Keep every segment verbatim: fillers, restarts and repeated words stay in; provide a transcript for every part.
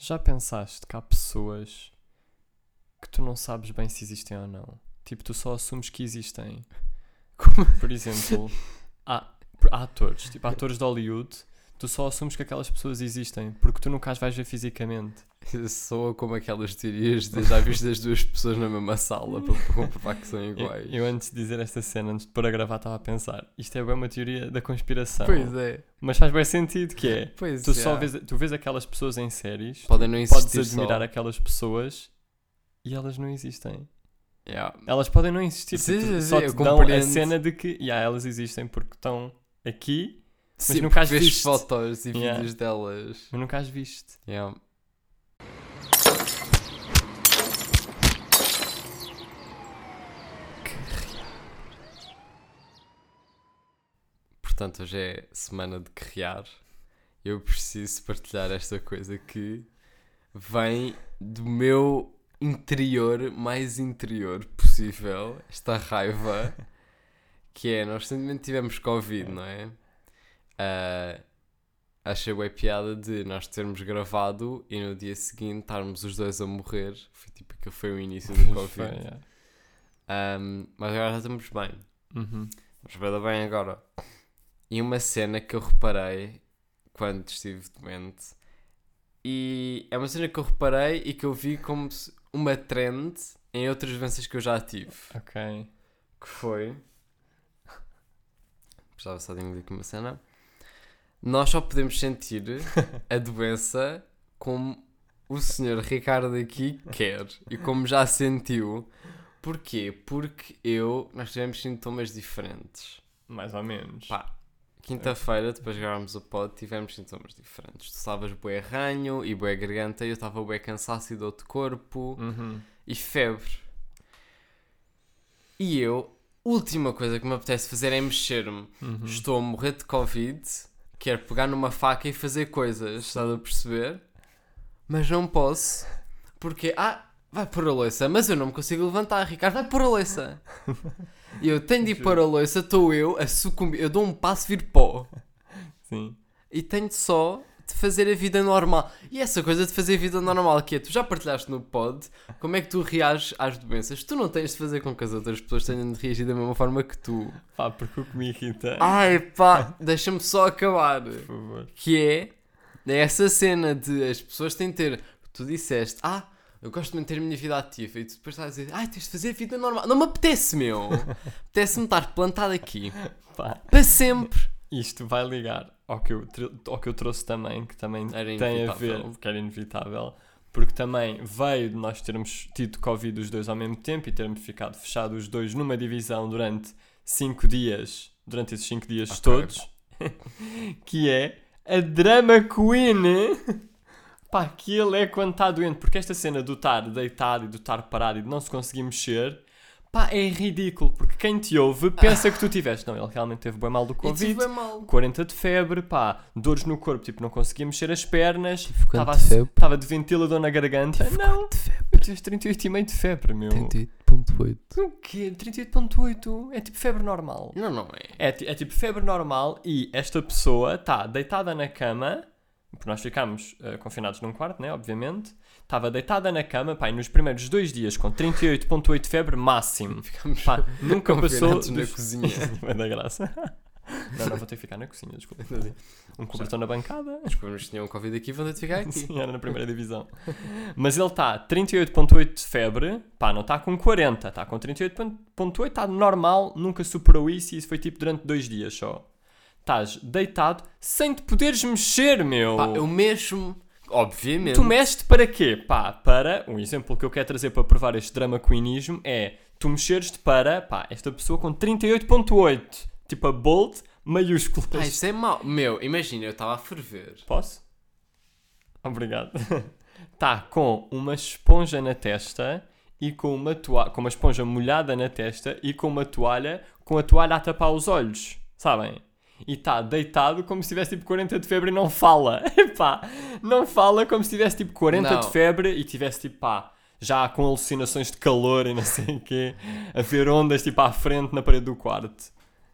Já pensaste que há pessoas que tu não sabes bem se existem ou não? Tipo, tu só assumes que existem. Como? Por exemplo, há, há atores, tipo, há atores de Hollywood, tu só assumes que aquelas pessoas existem, porque tu nunca as vais ver fisicamente. Soa como aquelas teorias de já viste as duas pessoas na mesma sala para comprovar que são Eu, iguais. eu antes de dizer esta cena, antes de pôr a gravar, estava a pensar, isto é bem uma teoria da conspiração. Pois é. Mas faz bem sentido que é. Pois Tu é. só vês, tu vês aquelas pessoas em séries, Podem não podes existir admirar só. aquelas pessoas e elas não existem. Yeah. Elas podem não existir, Sim, tipo, sim, só sim, te eu dão a compreendo. cena de que yeah, elas existem porque estão aqui, Sim, nunca as vês viste. fotos e Yeah. vídeos delas. mas nunca as viste. Yeah. Portanto, hoje é semana de criar. Eu preciso partilhar esta coisa que vem do meu interior mais interior possível. Esta raiva que é, nós recentemente tivemos Covid, não é? Uh, achei bué piada de nós termos gravado e no dia seguinte estarmos os dois a morrer. Foi tipo que foi o início do Covid. Foi, yeah. Um, mas agora já estamos bem. Uhum. Estamos bem, bem agora. E uma cena que eu reparei quando estive doente, e é uma cena que eu reparei e que eu vi como uma trend em outras doenças que eu já tive. Ok. Que foi... Precisava só de engolir aqui uma cena. Nós só podemos sentir a doença como o senhor Ricardo aqui quer e como já sentiu. Porquê? Porque eu... Nós tivemos sintomas diferentes. Mais ou menos. Pá, quinta-feira, depois de gravarmos o pod, tivemos sintomas diferentes. Tu estavas bué ranho e bué garganta, e eu estava bué cansaço e dor de corpo Uhum. e febre. E eu, última coisa que me apetece fazer é mexer-me. Uhum. Estou a morrer de Covid, quero pegar numa faca e fazer coisas, estás a perceber? Mas não posso, porque, ah, vai pôr a louça, mas eu não me consigo levantar, Ricardo, vai pôr a louça. E eu tenho de ir pôr a louça, estou eu a sucumbir, eu dou um passo, vir pó. Sim. E tenho só de fazer a vida normal. E essa coisa de fazer a vida normal, que é, tu já partilhaste no pod, como é que tu reages às doenças? Tu não tens de fazer com que as outras pessoas tenham de reagir da mesma forma que tu. Pá, porque o que me irrita... Ai pá, deixa-me só acabar. Por favor. Que é, é essa cena de as pessoas têm de ter... Tu disseste, ah, eu gosto de manter a minha vida ativa. E tu depois estás a dizer, ai, tens de fazer a vida normal. Não me apetece, meu. Apetece-me estar plantado aqui. Pá, Para sempre. isto vai ligar ao que eu, tr- ao que eu trouxe também, que também Era tem a inevitável. ver, que era inevitável, porque também veio de nós termos tido Covid os dois ao mesmo tempo e termos ficado fechados os dois numa divisão durante cinco dias, durante esses cinco dias Ok. todos, que é a Drama Queen. Pá, que ele é quando está doente, porque esta cena do estar deitado e do estar parado e de não se conseguir mexer, pá, é ridículo, porque quem te ouve pensa que tu tiveste. Não, ele realmente teve bem mal do E Covid, tive bem mal. quarenta de febre, pá, dores no corpo, tipo, não conseguia mexer as pernas, quanto estava de febre? estava de ventilador na garganta. Não, de febre? eu tive trinta e oito vírgula cinco de febre, meu. trinta e oito ponto oito. O quê? trinta e oito vírgula oito? É tipo febre normal. Não, não é. É, ti- é tipo febre normal e esta pessoa está deitada na cama, porque nós ficámos eh, confinados num quarto, né, obviamente. Estava deitada na cama, pá, e nos primeiros dois dias com trinta e oito vírgula oito de febre máximo. Ficamos Pá, nunca passou confinados na dos- cozinha. Vai dar graça. Não, não, vou ter que ficar na cozinha, desculpa. Um cobertor na bancada. Os que tinham Covid aqui vão ter de ficar aqui. Sim, era na primeira divisão. Mas ele está trinta e oito vírgula oito de febre, pá, não está com quarenta, está com trinta e oito vírgula oito, está normal, nunca superou isso e isso foi tipo durante dois dias só. Estás deitado sem te poderes mexer, meu. Pá, eu mexo-me, obviamente. Tu mexes para quê? Pá, para, um exemplo que eu quero trazer para provar este drama queenismo é tu mexeres-te para, pá, esta pessoa com trinta e oito vírgula oito, tipo a bold maiúsculas. Ah, isso é mau. Meu, imagina, eu estava a ferver. Posso? Obrigado. Está com uma esponja na testa e com uma toalha, com uma esponja molhada na testa e com uma toalha, com a toalha a tapar os olhos, sabem? E está deitado como se tivesse tipo quarenta de febre e não fala. Epá, não fala como se tivesse tipo quarenta Não. de febre e tivesse tipo pá, já com alucinações de calor e não sei o quê, a ver ondas tipo à frente na parede do quarto.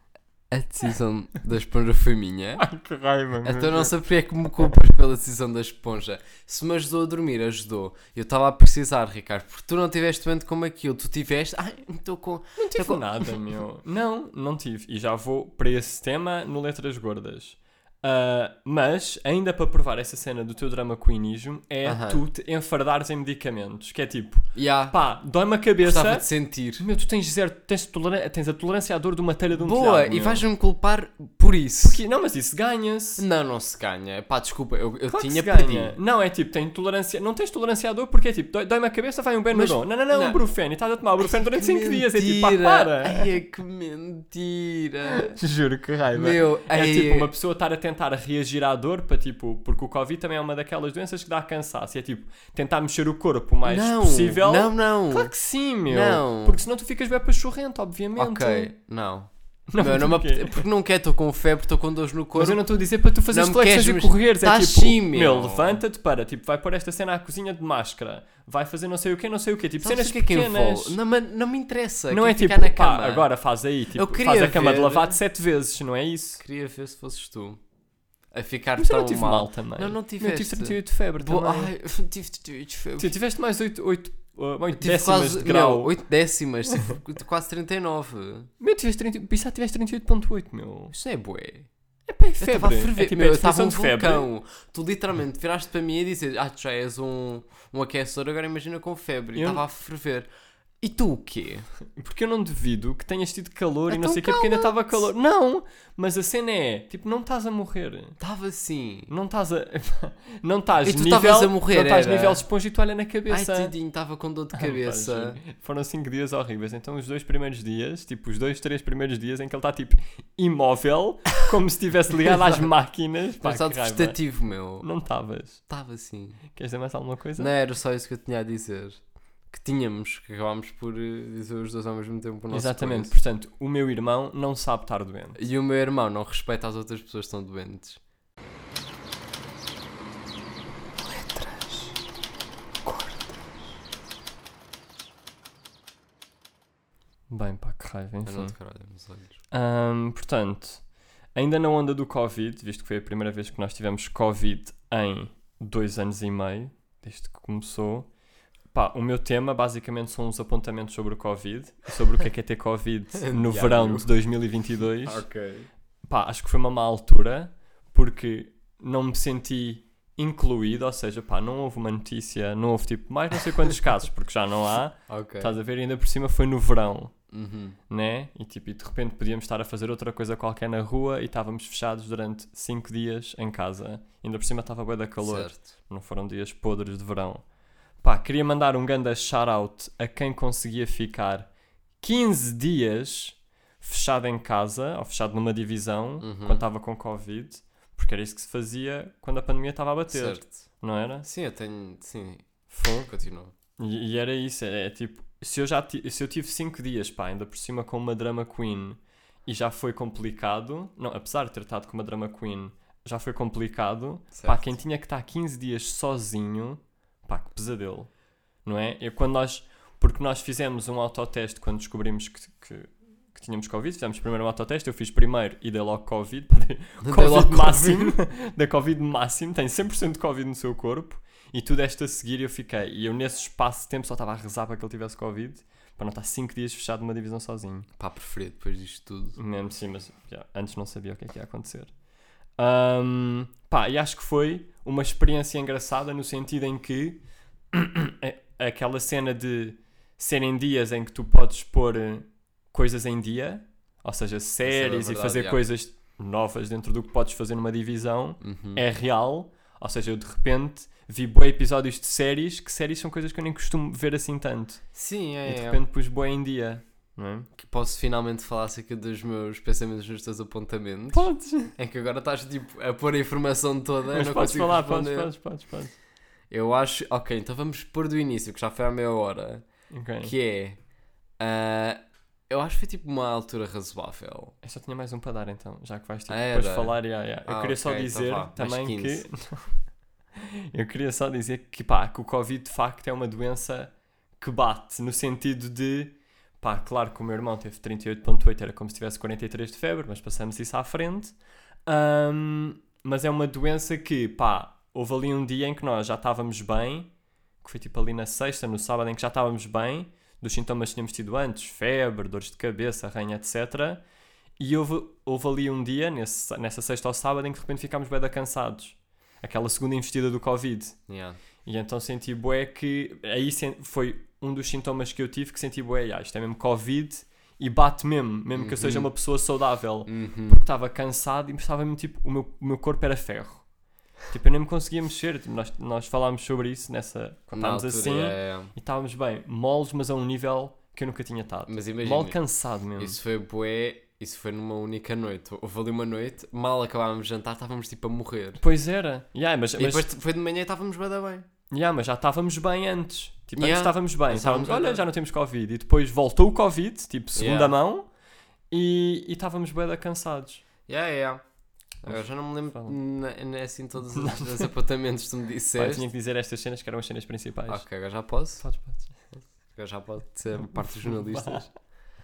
A decisão da esponja foi minha. Ai, que raiva, meu Então não Deus. sei porque é que me culpas pela decisão da esponja. Se me ajudou a dormir, ajudou. Eu estava a precisar, Ricardo, porque tu não tiveste doente como aquilo. Tu tiveste. Ai, estou com. Não tive com- nada, meu. Não, não tive. E já vou para esse tema no Letras Gordas. Ah, mas, ainda para provar essa cena do teu drama queenismo, é Aham. tu te enfardares em medicamentos. Que é tipo, Ya, pá, dói-me a cabeça. gostava de sentir. Meu, tu tens, zero, tens, toleran- tens a tolerância à dor de uma telha de um Boa, telhado, e meu. vais-me culpar por isso. Porque- Não, mas isso ganha-se. Não, não se ganha. Pá, desculpa, eu, eu Claro que tinha se ganha. perdido. Não, é tipo, tem tolerância. Não tens tolerância à dor porque é tipo, dói- dói-me a cabeça, vai um Mas- Benadryl. Não, não, não, não. um Brufen. E estás a tomar o Brufen durante Que cinco dias. É tipo, pá, mentira. para. Ai, que mentira. Juro, que raiva. Meu, É ai, tipo uma pessoa estar a tentar reagir à dor para tipo, porque o Covid também é uma daquelas doenças que dá cansaço. E é tipo, tentar mexer o corpo o mais não, possível. Não, não. Claro que sim, meu. Não. Porque senão tu ficas bem pachorrento, obviamente. Ok, não. Não, Meu, não me porquê? apete- porque não quero, estou com febre, estou com dores no corpo. Mas eu não estou a dizer para tu fazeres Não me flexões queres, e mas correres. É tá tipo, sim, meu. meu, levanta-te para, tipo, vai pôr esta cena à cozinha de máscara. Vai fazer não sei o quê, não sei o quê. Tipo, Sabes cenas o que é que pequenas. envolve? Não, mas não me interessa. Não é quero tipo, ficar na pá, cama. agora faz aí, tipo, Eu faz queria a cama de ver- lavado sete vezes, não é isso? Queria ver se fosses tu. A ficar Mas eu tão não tive mal. mal, também. Não, não Eu tiveste. tive trinta e oito de febre Bo- também. Ai, tive trinta e oito de febre. Tu tiveste mais oito, oito, oito Tive décimas quase, de grau. Meu, oito décimas, tive quase trinta e nove. Meu, tiveste trinta, pensar tiveste trinta e oito ponto oito, meu. Isso não é bué. É pá, é Eu febre. estava a ferver, É tipo, meu, é eu estava definição um de febre. vulcão. Tu literalmente viraste para mim e dizes, ah, tu já és um, um aquecedor, agora imagina com febre. E Eu- estava a ferver. E tu o quê? Porque eu não duvido que tenhas tido calor e não Então sei o quê, porque ainda estava cala-te. calor. Não, mas a cena é, tipo, não estás a morrer. Estava assim. Não estás a... Não estás E tu nível... estavas a morrer, Não estás era? nível de esponja e toalha na Ai, cabeça. tadinho, estava com dor de Ah, pá, cabeça. juro. Foram cinco dias horríveis. Então os dois primeiros dias, tipo os dois, três primeiros dias em que ele está tipo imóvel, como se estivesse ligado às Exato. máquinas. Pá, Estava que raiva. vegetativo, meu. Não estavas. Estava assim. Queres dizer mais alguma coisa? Não era só isso que eu tinha a dizer. Que tínhamos, que acabámos por eh, dizer os dois ao mesmo tempo o nosso Exatamente. coisa. Portanto, o meu irmão não sabe estar doente. E o meu irmão não respeita as outras pessoas que estão doentes. Bem, pá, que raiva, Eu enfim. não te caralho nos olhos. Ahm, portanto, ainda na onda do Covid, visto que foi a primeira vez que nós tivemos Covid em dois anos e meio, desde que começou, pá, o meu tema basicamente são uns apontamentos sobre o Covid e sobre o que é que é ter Covid no Diário. verão de dois mil e vinte e dois. Ok. Pá, acho que foi uma má altura, porque não me senti incluído, ou seja, pá, não houve uma notícia, não houve tipo mais não sei quantos casos, porque já não há, Ok. estás a ver, e ainda por cima foi no verão. Uhum. Né? E, tipo, e de repente podíamos estar a fazer outra coisa qualquer na rua e estávamos fechados durante cinco dias em casa. Ainda por cima estava bué da calor. Certo. Não foram dias podres de verão. Pá, queria mandar um grande shout-out a quem conseguia ficar quinze dias fechado em casa, ou fechado numa divisão, Uhum. quando estava com Covid, porque era isso que se fazia quando a pandemia estava a bater, Certo. não era? Sim, eu tenho. Sim, Foi. continua. E, e era isso, é, é tipo, se eu já ti- se eu tive cinco dias, pá, ainda por cima com uma drama queen e já foi complicado, não, apesar de ter estado com uma drama queen, já foi complicado, pá, Certo. quem tinha que estar quinze dias sozinho, pá, que pesadelo, não é? Eu, quando nós, porque nós fizemos um autoteste quando descobrimos que, que, que tínhamos Covid, fizemos primeiro um autoteste, eu fiz primeiro e dei logo Covid, pá, dei Dei Covid logo máximo, da Covid máximo, tem cem por cento de Covid no seu corpo. E tu deste a seguir e eu fiquei. E eu nesse espaço de tempo só estava a rezar para que ele tivesse Covid. Para não estar cinco dias fechado numa divisão sozinho. Pá, preferi depois disto tudo. Mesmo sim, mas já, antes não sabia o que é que ia acontecer. Ahm, pá, e acho que foi uma experiência engraçada no sentido em que é aquela cena de serem dias em que tu podes pôr eh, coisas em dia, ou seja, séries verdade, e fazer já. coisas novas dentro do que podes fazer numa divisão, Uhum. é real. Ou seja, eu de repente vi bué episódios de séries, que séries são coisas que eu nem costumo ver assim tanto. Sim, E é. de é. repente pus bué em dia, não é? Que posso finalmente falar acerca dos meus pensamentos nos teus apontamentos. Podes. É que agora estás tipo a pôr a informação toda. eu Mas não podes consigo falar, podes, responder. podes, podes, podes. Eu acho. Ok, então vamos pôr do início, que já foi há meia hora. Ok. Que é. ah, eu acho que foi tipo uma altura razoável. Eu só tinha mais um para dar então, já que vais tipo, Ah, depois era? falar. Yeah, yeah. Eu Ah, queria só ok, então dizer vá, mais também quinze. que. Eu queria só dizer que, pá, que o Covid de facto é uma doença que bate, no sentido de, Pá, claro que o meu irmão teve trinta e oito vírgula oito, era como se tivesse quarenta e três de febre, mas passamos isso à frente. Ahm, mas é uma doença que, pá, houve ali um dia em que nós já estávamos bem, que foi tipo ali na sexta, no sábado, em que já estávamos bem, dos sintomas que tínhamos tido antes, febre, dores de cabeça, arranha, etcétera. E houve, houve ali um dia, nesse, nessa sexta ao sábado, em que de repente ficámos bué da cansados. Aquela segunda investida do Covid. Yeah. E então senti bué que... Aí sen- foi um dos sintomas que eu tive, que senti bué, ah, isto é mesmo Covid, e bate mesmo, mesmo que eu seja Uhum. uma pessoa saudável. Uhum. Porque estava cansado e estava mesmo tipo, o meu, o meu corpo era ferro. Tipo, eu nem me conseguia mexer. Tipo, nós, nós falámos sobre isso nessa... Quando Na estávamos altura, assim, yeah, yeah. e estávamos bem, moles, mas a um nível que eu nunca tinha estado. Mas imagina, Mole cansado mesmo. isso foi bué, isso foi numa única noite. Houve ali uma noite, mal acabávamos de jantar, estávamos tipo a morrer. Pois era. Yeah, mas, E mas, depois foi de manhã e estávamos bué da bem. yeah, mas já estávamos bem antes. Tipo, Yeah. antes estávamos bem. Nós Estávamos, estávamos olha, bem. já não temos Covid. E depois voltou o Covid, tipo, segunda Yeah. mão, e, e estávamos bué da cansados. Yeah, yeah. Eu já não me lembro Fala. na- na- assim todos os, os apontamentos que tu me Pá, eu disseste. tinha que dizer estas cenas que eram as cenas principais. Ok, agora já posso. Podes, podes. Agora já pode ser parte dos jornalistas.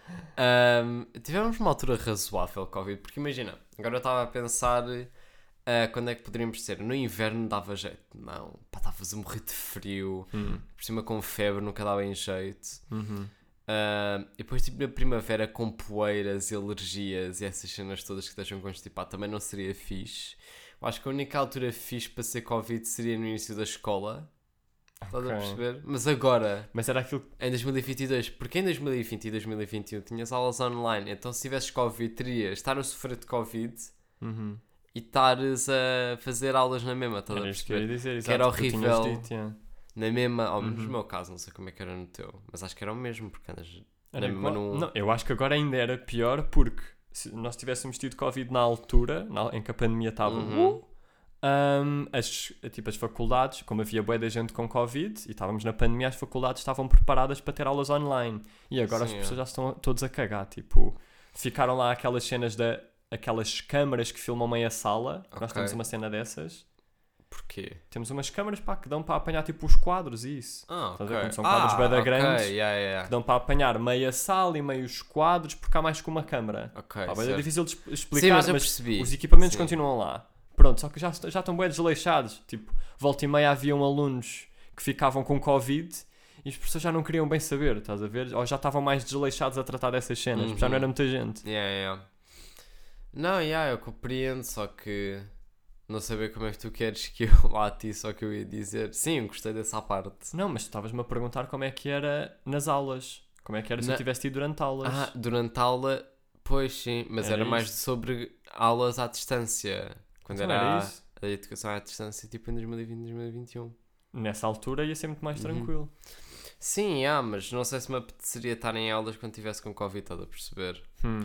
Ahm, tivemos uma altura razoável Covid, porque imagina, agora eu estava a pensar ah, quando é que poderíamos ser. No inverno dava jeito, não, pá, estavas a morrer de frio, Hum. por cima com febre nunca dava em jeito. Uhum. Ah, e depois tipo na primavera com poeiras e alergias e essas cenas todas que deixam constipado também não seria fixe. Eu acho que a única altura fixe para ser Covid seria no início da escola. Estás a Ok. perceber? Mas agora, Mas era aquilo. em dois mil e vinte e dois, porque em dois mil e vinte e dois mil e vinte e um tinhas aulas online, então se tivesses Covid, terias estar a sofrer de Covid Uhum. e estares a fazer aulas na mesma, estás a Era isto que eu ia perceber? dizer, Que era exato, que tu tinhas horrível. dito, yeah. Na mesma, ao menos Uhum. no meu caso, não sei como é que era no teu, mas acho que era o mesmo, porque andas Era na mesma igual. num... Não, eu acho que agora ainda era pior porque se nós tivéssemos tido Covid na altura, na- em que a pandemia estava, Uhum. uh, um, as, tipo, as faculdades, como havia bué da gente com Covid e estávamos na pandemia, as faculdades estavam preparadas para ter aulas online. E agora as Sim, pessoas é. já estão todos a cagar. Tipo, ficaram lá aquelas cenas da... Aquelas câmaras que filmam meia sala. Nós Ok. temos uma cena dessas. Porquê? Temos umas câmaras, pá, que dão para apanhar tipo os quadros e isso. Ah, Estás a ok. ver como são quadros bué da ok, grandes? yeah, yeah. Que dão para apanhar meia sala e meios quadros porque há mais que uma câmara. Ok, Pá, bué certo. difícil de exp- explicar, Sim, mas eu mas percebi. os equipamentos Sim. continuam lá. Pronto, só que já, já estão bem desleixados. Tipo, volta e meia haviam alunos que ficavam com Covid e as pessoas já não queriam bem saber, estás a ver? Ou já estavam mais desleixados a tratar dessas cenas, porque já não Uhum. era muita gente. Yeah, yeah. Não, yeah, eu compreendo, só que não saber como é que tu queres que eu late isso, só que eu ia dizer. Sim, eu gostei dessa parte. Não, mas tu estavas-me a perguntar como é que era nas aulas. Como é que era se Na- eu tivesse tido durante aulas. Ah, durante a aula, pois sim, mas Era era, mais isso. sobre aulas à distância. Quando Então era, era a- isso. a educação à distância, tipo em dois mil e vinte, dois mil e vinte e um. Nessa altura ia ser muito mais Uhum. tranquilo. Sim, ah, mas não sei se me apeteceria estar em aulas quando estivesse com Covid, estás a perceber? Hum.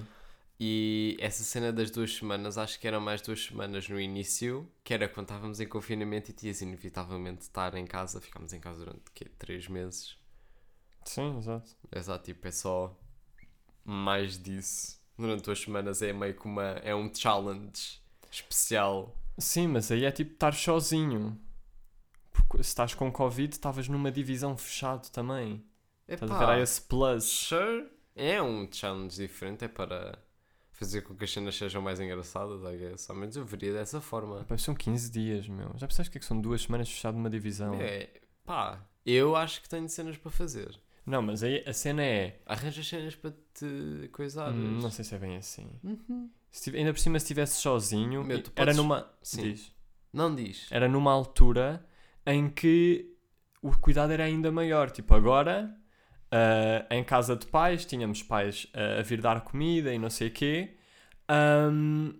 E essa cena das duas semanas, acho que eram mais duas semanas no início, que era quando estávamos em confinamento e tinhas inevitavelmente de estar em casa. Ficámos em casa durante, quê, três meses. Sim, exato. Exato, tipo, é só mais disso. Durante duas semanas é meio que uma, é um challenge especial. Sim, mas aí é tipo estar sozinho. Porque se estás com Covid, estavas numa divisão fechado também. Estás a ver aí esse plus. Sure. É um challenge diferente, é para fazer com que as cenas sejam mais engraçadas, I guess. Ao menos eu veria dessa forma. Pá, são quinze dias, meu. Já percebes o que é que são duas semanas fechado numa divisão? É, pá, eu acho que tenho cenas para fazer. Não, mas aí a cena é... Arranjas cenas para te coisar. Hum, não sei se é bem assim. Uhum. Se tive- ainda por cima, se estivesse sozinho, Meu, e- tu era podes- numa... Sim. Diz. Não diz. Era numa altura em que o cuidado era ainda maior. Tipo, agora, ah, em casa de pais, tínhamos pais ah, a vir dar comida e não sei o quê. Ahm,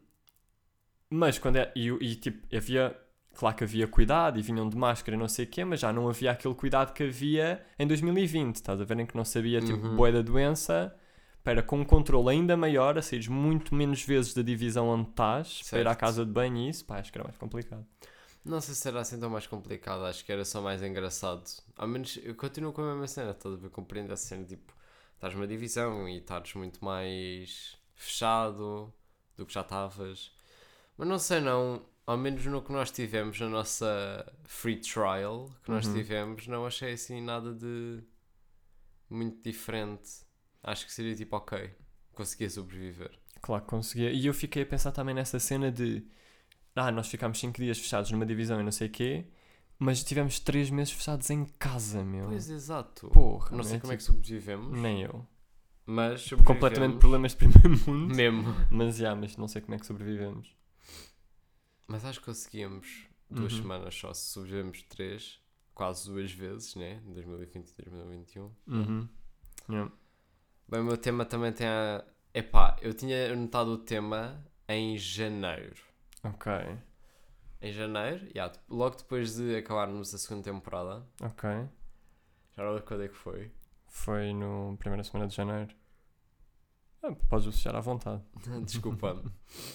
mas quando é... E, e, tipo, havia... Claro que havia cuidado e vinham de máscara e não sei o quê, mas já não havia aquele cuidado que havia em dois mil e vinte. Estás a ver em que não sabia, tipo, Uhum. bué da doença... Para com um controle ainda maior, a saíres muito menos vezes da divisão onde estás, para ir à Certo. casa de banho e isso, pá, acho que era mais complicado. Não sei se era assim tão mais complicado, acho que era só mais engraçado. Ao menos eu continuo com a mesma cena, estás a ver? Compreendo essa cena, tipo, estás numa divisão e estás muito mais fechado do que já estavas. Mas não sei não, ao menos no que nós tivemos, na nossa free trial que nós Uhum. tivemos, não achei assim nada de muito diferente. Acho que seria tipo, ok, conseguia sobreviver. Claro que conseguia. E eu fiquei a pensar também nessa cena de... Ah, nós ficámos cinco dias fechados numa divisão e não sei o quê, mas tivemos três meses fechados em casa, meu. Pois, exato. Porra, Não sei meu, como é que tipo, sobrevivemos, Nem eu. mas sobrevivemos. Completamente problemas de primeiro mundo. Mesmo. Mas, já, mas não sei como é que sobrevivemos. Mas acho que conseguíamos duas Uhum. semanas só. Se sobrevivemos três, quase duas vezes, né? dois mil e vinte e dois mil e vinte e um. Uhum. Yeah. Bem, o meu tema também tem a... Epá, eu tinha anotado o tema em janeiro. Ok. Em janeiro, yeah, logo depois de acabarmos a segunda temporada. Ok. Já não lembro quando é que foi. Foi no primeira semana de janeiro. Ah, podes associar à vontade. Desculpa.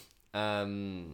um,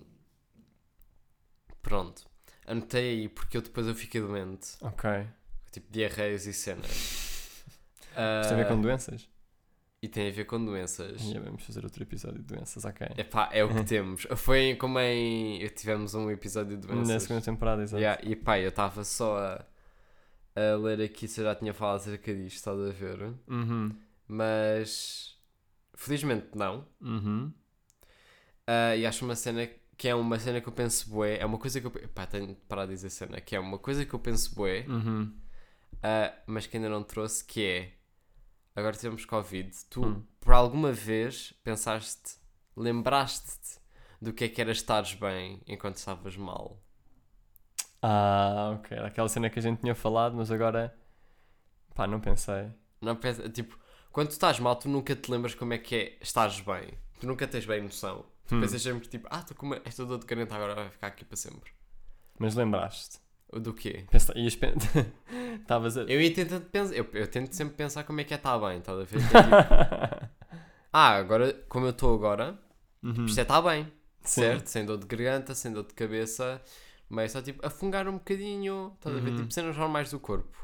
pronto. Anotei aí porque eu depois eu fiquei doente. Ok. Tipo diarreias e cenas. Isto tem a ver com Ah, doenças? E tem a ver com doenças. E vamos fazer outro episódio de doenças, ok. Epá, é o que temos. Foi como em... Tivemos um episódio de Na doenças. segunda temporada, exato. Yeah, e pá, eu estava só a, a ler aqui se eu já tinha falado acerca disto, estás a ver? Uhum. Mas felizmente não. Uhum. Ah, e acho uma cena que é uma cena que eu penso bué. É uma coisa que eu... Pá, tenho de parar de dizer cena. Que é uma coisa que eu penso bué, Uhum. ah, mas que ainda não trouxe, que é... Agora tivemos Covid. Tu, Hum. por alguma vez, pensaste... Lembraste-te do que é que era estares bem enquanto estavas mal? Ah, ok. Era aquela cena que a gente tinha falado, mas agora... Pá, não pensei. Não pensa, tipo, quando tu estás mal, tu nunca te lembras como é que é estares bem. Tu nunca tens bem noção. Tu Hum. pensas sempre tipo, ah, estou com uma, esta dor de garganta agora vai ficar aqui para sempre. Mas lembraste? O do quê? Pensa... Ias pen... Estavas a... Eu ia tentando pensar, eu, eu tento sempre pensar como é que é estar bem, estás a ver? Que é tipo, ah, agora, como eu estou agora, Uhum. isto é estar bem, Sim. certo? Sem dor de garganta, sem dor de cabeça, mas só tipo, afungar um bocadinho, estás a ver? Uhum. Tipo, cenas normais do corpo.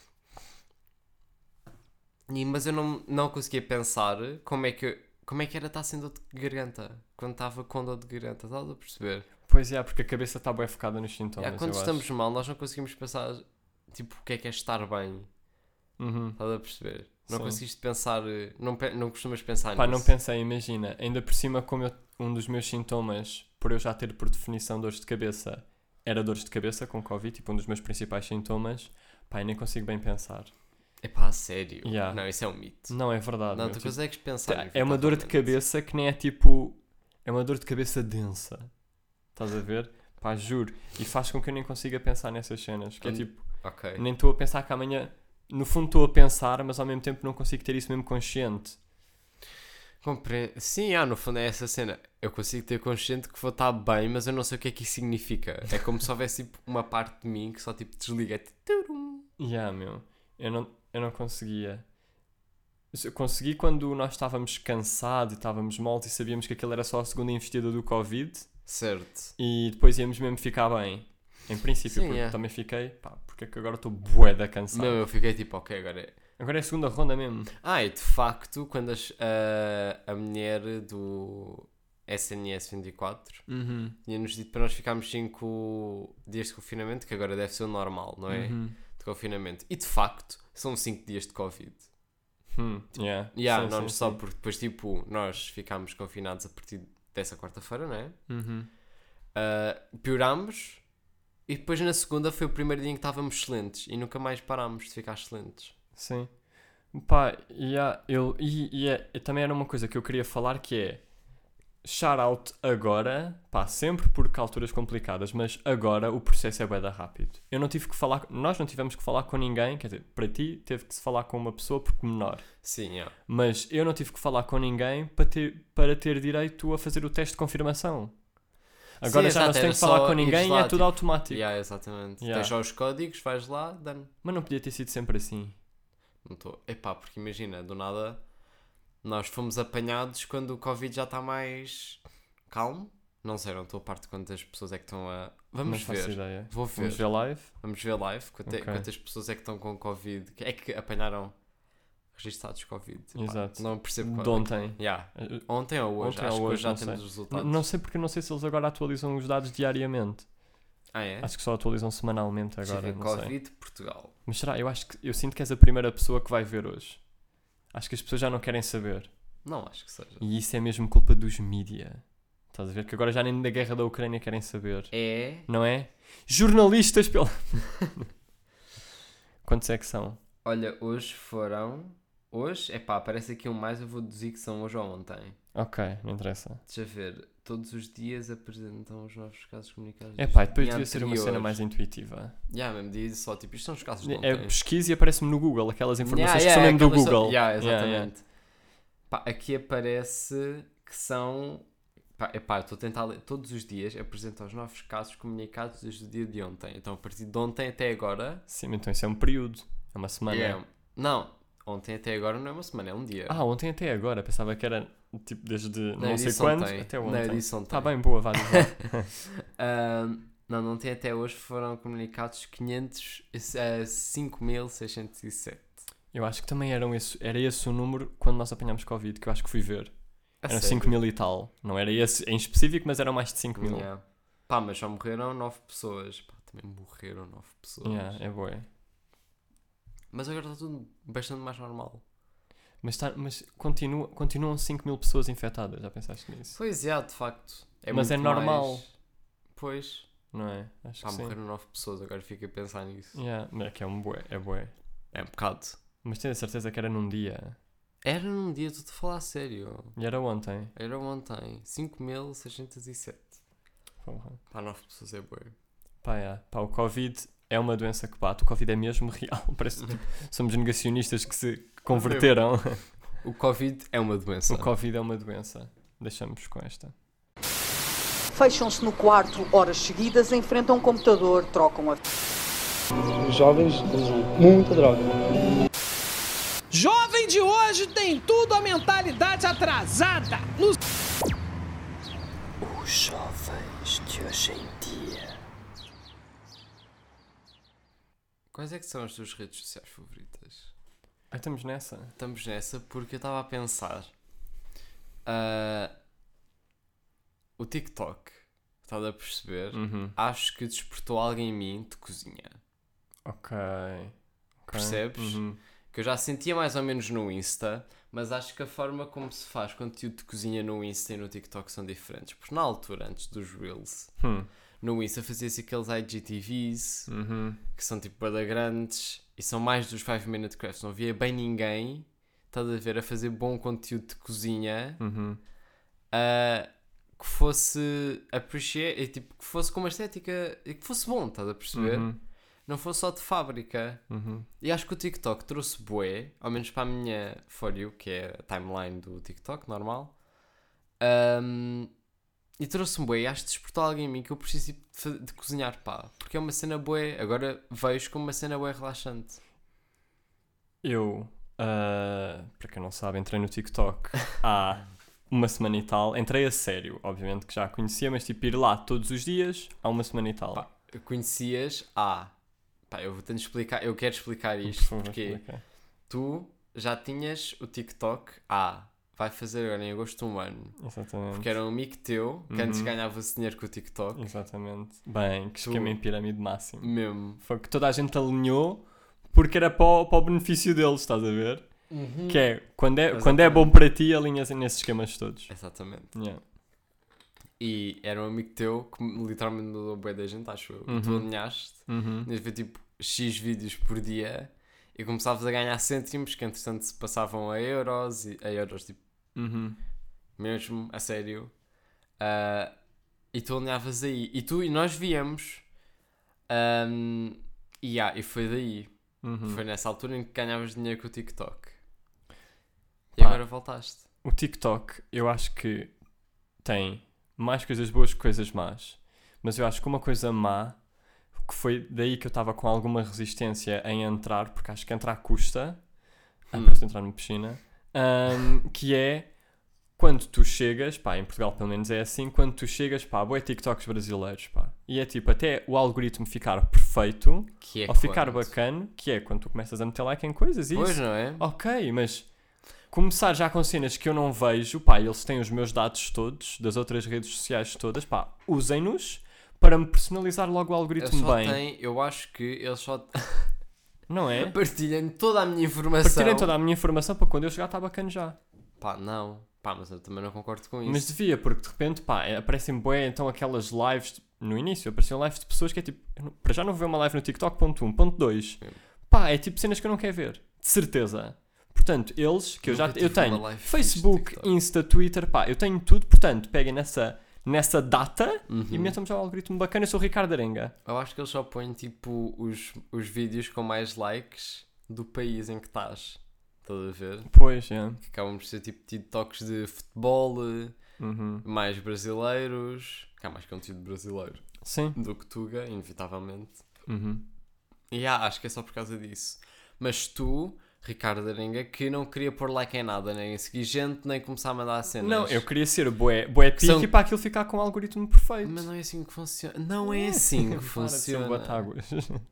E, mas eu não, não conseguia pensar como é que, como é que era estar sem dor de garganta. Quando estava com dor de garganta, estás a perceber? Pois é, porque a cabeça está bem focada nos sintomas, Yeah, quando eu estamos acho. mal, nós não conseguimos pensar tipo, o que é que é estar bem. Uhum. Estás a perceber? Não Sim. conseguiste pensar, não, pe- não costumas pensar Pá, nisso. não pensei, imagina. Ainda por cima, como eu- um dos meus sintomas, por eu já ter por definição dores de cabeça, era dores de cabeça com Covid, tipo um dos meus principais sintomas, pá, eu nem consigo bem pensar. Epá, sério? Yeah. Não, isso é um mito. Não, é verdade. Não, meu, tu tipo, consegues pensar. é uma dor de efetivamente. cabeça que nem é tipo... É uma dor de cabeça densa. Estás a ver? Pá, juro. E faz com que eu nem consiga pensar nessas cenas. Que é Hum. tipo, Ok. nem estou a pensar que amanhã... No fundo estou a pensar, mas ao mesmo tempo não consigo ter isso mesmo consciente. Compre... Sim, ah, no fundo é essa cena. Eu consigo ter consciente que vou estar bem, mas eu não sei o que é que isso significa. É como se houvesse tipo, uma parte de mim que só tipo desliga. Turum. Ya, meu. Eu não, eu não conseguia. Eu consegui quando nós estávamos cansados e estávamos mortos e sabíamos que aquilo era só a segunda investida do Covid Certo. e depois íamos mesmo ficar bem. Em princípio, Sim, porque é. também fiquei, pá, porque é que agora estou bué da cansado. Não, eu fiquei tipo, ok, agora é. Agora é a segunda ronda mesmo. Ah, e de facto, quando as- a, a mulher do S N S vinte e quatro Uhum. tinha-nos dito para nós ficarmos cinco dias de confinamento, que agora deve ser o normal, não é? Uhum. De confinamento. E de facto, são cinco dias de Covid. Hum, yeah. Yeah, Sim, não sim, só sim. porque depois, tipo, nós ficámos confinados a partir dessa quarta-feira, não é? Uhum. Uh, piorámos e depois na segunda foi o primeiro dia em que estávamos excelentes e nunca mais parámos de ficar excelentes. Sim. Pá, yeah, eu, e, e é, e também era uma coisa que eu queria falar que é shout out agora, pá, sempre porque há alturas complicadas, mas agora o processo é bué da rápido. Eu não tive que falar, nós não tivemos que falar com ninguém, quer dizer, para ti teve que se falar com uma pessoa porque menor, Sim, yeah. mas eu não tive que falar com ninguém para ter, para ter direito a fazer o teste de confirmação. Agora Sim, já não exato, se tem era que falar só com ires ninguém e lá, é tudo tipo, automático. Yeah, exatamente. Yeah. Tens já os códigos, vais lá, dano. Mas não podia ter sido sempre assim. Não estou. Epá, porque imagina, do nada nós fomos apanhados quando o Covid já está mais calmo. Não sei, não estou a parte de quantas pessoas é que estão a. Vamos não faço ver. ideia. Vou ver. Vamos ver live. Vamos ver live. Quanta- Ok. Quantas pessoas é que estão com Covid? Que É que apanharam registados Covid. Epá, Exato. não percebo De qual- ontem. Yeah. Uh, Ontem ou hoje? Ontem Acho ou que hoje hoje, já não temos sei. os N- resultados. Não sei porque não sei se eles agora atualizam os dados diariamente. Ah, é? Acho que só atualizam semanalmente Deixa eu agora. ver, Não sei. Covid Portugal. Mas será? Eu acho que eu sinto que és a primeira pessoa que vai ver hoje. Acho que as pessoas já não querem saber. Não acho que seja. E isso é mesmo culpa dos mídia. Estás a ver? Que agora já nem da guerra da Ucrânia querem saber. É. Não é? Jornalistas pela... Quantos é que são? Olha, hoje foram... Hoje? Epá, aparece aqui um mais, eu vou deduzir que são hoje ou ontem. Ok, não interessa. Deixa eu ver. Todos os dias apresentam os novos casos comunicados. É pá, depois dia devia ser uma cena anterior. mais intuitiva. Já, yeah, mesmo, diz só, tipo, isto são os casos de ontem. É pesquisa e aparece-me no Google aquelas informações Yeah, yeah, que são mesmo do aquelas Google. só- Yeah, exatamente. Yeah, yeah. Pá, aqui aparece que são... Pá, epá, estou a tentar ler. Todos os dias apresentam os novos casos comunicados desde o dia de ontem. Então, a partir de ontem até agora... Sim, então isso é um período. É uma semana. Yeah. Não, ontem até agora não é uma semana, é um dia. Ah, ontem até agora. Pensava que era tipo desde não, Não, eu sei disse quando ontem. até Não, ontem. eu disse ontem. Está bem, boa, vai. Ahm, não, ontem até hoje foram comunicados quinhentos, uh, cinco mil seiscentos e sete. Eu acho que também eram esse, era esse o número quando nós apanhámos Covid, que eu acho que fui ver. A Eram sério? cinco mil e tal. Não era esse em específico, mas eram mais de cinco mil. Yeah. Pá, mas só morreram nove pessoas. Pá, também morreram nove pessoas. Yeah, é boa. Mas agora está tudo bastante mais normal. Mas, tá, mas continua, continuam cinco mil pessoas infectadas, já pensaste nisso? Pois é, de facto. É Mas muito é normal. mais- Pois. Não é? Acho Pá, que sim. morreram nove pessoas, agora fico a pensar nisso. Yeah, mas é que é um bué, é bué. É um bocado. Mas tenho a certeza que era num dia. Era num dia, estou-te a falar a sério. E era ontem. Era ontem. cinco mil seiscentos e sete. Porra. Pá, nove pessoas é bué. Pá, yeah. Pá, o Covid é uma doença que bate. O Covid é mesmo real. Parece que tipo, somos negacionistas que se converteram. O Covid é uma doença. O Covid é uma doença. Deixamos com esta. Fecham-se no quarto horas seguidas, enfrentam um computador, trocam a... Os jovens usam muita droga. Jovem de hoje tem tudo a mentalidade atrasada. Nos... Os jovens de hoje em dia. Quais é que são as tuas redes sociais favoritas? Ah, estamos nessa. Estamos nessa porque eu estava a pensar. ah, o TikTok, estás a perceber? Uhum. Acho que despertou alguém em mim de cozinha. Ok. Ok. Percebes? Uhum. Que eu já sentia mais ou menos no Insta, mas acho que a forma como se faz conteúdo de cozinha no Insta e no TikTok são diferentes. Porque na altura, antes dos Reels, Hum. no Insta fazia-se aqueles I G T Vs, Uhum. que são tipo bada grandes, e são mais dos five minute crafts. Não havia bem ninguém, estás a ver, a fazer bom conteúdo de cozinha, Uhum. ah, que fosse appreciate, e, tipo, que fosse com uma estética, e que fosse bom, estás a perceber? Uhum. Não fosse só de fábrica. Uhum. E acho que o TikTok trouxe bué, ao menos para a minha For You, que é a timeline do TikTok, normal. Ahm, e trouxe-me bué, e acho que despertou alguém em mim que eu preciso de, fa- de cozinhar, pá. Porque é uma cena bué, agora vejo como uma cena bué relaxante. Eu, ah, para quem não sabe, entrei no TikTok há uma semana e tal. Entrei a sério, obviamente que já a conhecia, mas tipo ir lá todos os dias há uma semana e tal. Pá, conhecias a... Pá, eu vou-te explicar, eu quero explicar Por isto, favor, porque explica. tu já tinhas o TikTok há... Vai fazer agora em agosto um ano. Exatamente. Porque era um amigo teu que antes Uhum. ganhava-se dinheiro com o TikTok. Exatamente. Bem, que Tu- esquema em pirâmide máximo. Mesmo. Foi que toda a gente alinhou porque era para o, para o benefício deles, estás a ver? Que é, quando é, quando é bom para ti, alinhas nesses esquemas todos. Exatamente. Yeah. E era um amigo teu que me- literalmente mudou bué da gente, acho eu. Uhum. Tu alinhaste, Uhum. tinhas de ver tipo X vídeos por dia e começavas a ganhar cêntimos que entretanto se passavam a euros, e, a euros tipo Uhum. mesmo, a sério. Ah, e tu alinhavas aí. E tu e nós víamos. Ahm, e, ah, e foi daí. Uhum. Foi nessa altura em que ganhavas dinheiro com o TikTok. E Pá. agora voltaste. O TikTok, eu acho que tem mais coisas boas que coisas más. Mas eu acho que uma coisa má, que foi daí que eu estava com alguma resistência em entrar, porque acho que entrar custa. Ah, Hum. parece entrar numa piscina. Ahm, que é quando tu chegas, pá, em Portugal pelo menos é assim, quando tu chegas, pá, bué TikToks brasileiros, pá. E é tipo, até o algoritmo ficar perfeito, Que é ou ficar quando? bacana, que é quando tu começas a meter like em coisas e Pois, isso. não é? Ok, mas começar já com cenas que eu não vejo, pá, eles têm os meus dados todos, das outras redes sociais todas, pá, usem-nos para me personalizar logo o Eu algoritmo só bem. tenho, eu acho que eles só Não é? Partilhem toda a minha informação. Partilhem toda a minha informação para quando eu chegar está bacana já. Pá, não. Pá, mas eu também não concordo com isso. Mas devia, porque de repente, pá, aparecem bué, então aquelas lives, no início apareciam lives de pessoas que é tipo, eu não- para já não vou ver uma live no TikTok, ponto um, ponto dois. Sim. Pá, é tipo cenas que eu não quero ver, de certeza. Portanto, eles, que eu já Nunca eu tive uma tenho live fixe Facebook, de TikTok. Insta, Twitter, pá, eu tenho tudo, portanto, peguem nessa, nessa data Uhum. e metam-me já o algoritmo bacana, eu sou o Ricardo Arenga. Eu acho que eles só põem tipo os, os vídeos com mais likes do país em que estás. Estás a ver? Pois, é. Que acabam por ser tipo TikToks de futebol, Uhum. mais brasileiros. Que há mais conteúdo brasileiro Sim. do que Tuga, inevitavelmente. Uhum. E ah, acho que é só por causa disso. Mas tu, Ricardo Arenga, que não queria pôr like em nada, nem seguir gente, nem começar a mandar cenas. Não, eu queria ser bué, bué pique são- e para aquilo ficar com o algoritmo perfeito. Mas não é assim que funciona. Não é assim que Para de ser funciona. batáguas.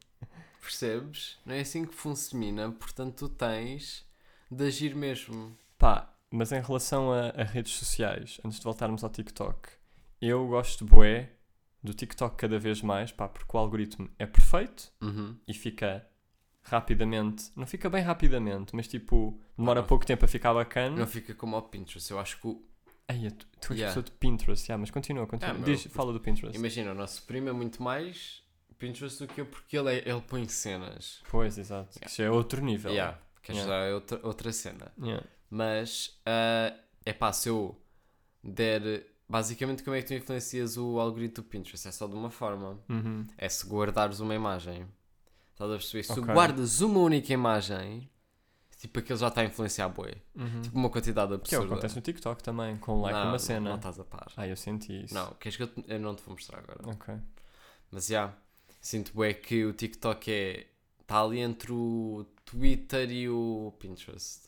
Percebes? Não é assim que funciona. Portanto, tu tens de agir mesmo. Pá, mas em relação a, a redes sociais, antes de voltarmos ao TikTok, eu gosto bué do TikTok cada vez mais, pá, porque o algoritmo é perfeito Uhum. e fica rapidamente, não fica bem rapidamente, mas tipo, demora Não. pouco tempo a ficar bacana. Não fica como ao Pinterest. Eu acho que o... Ei, tu, tu és Yeah. pessoa de Pinterest, yeah, mas continua, continua. Ah, meu, Diz, porque- fala do Pinterest. Imagina, o nosso primo é muito mais Pinterest do que eu, porque ele, é, ele põe cenas. Pois, exato. Yeah. Isso é outro nível. Yeah, que Yeah. já é outra, outra cena. Yeah. Mas, é pá, se eu der... Basicamente, como é que tu influencias o algoritmo do Pinterest? É só de uma forma. Uhum. É se guardares uma imagem. Estás a perceber? Se tu Ok. guardas uma única imagem, tipo, aquilo já está a influenciar bué. Uhum. Tipo, uma quantidade Que é o absurda. que acontece no TikTok também, com like não, uma não- cena. Não estás a par. Ah, eu senti isso. Não, queres que eu, te- eu não te vou mostrar agora. Ok. Mas já, sinto bué que o TikTok é... Está ali entre o Twitter e o Pinterest.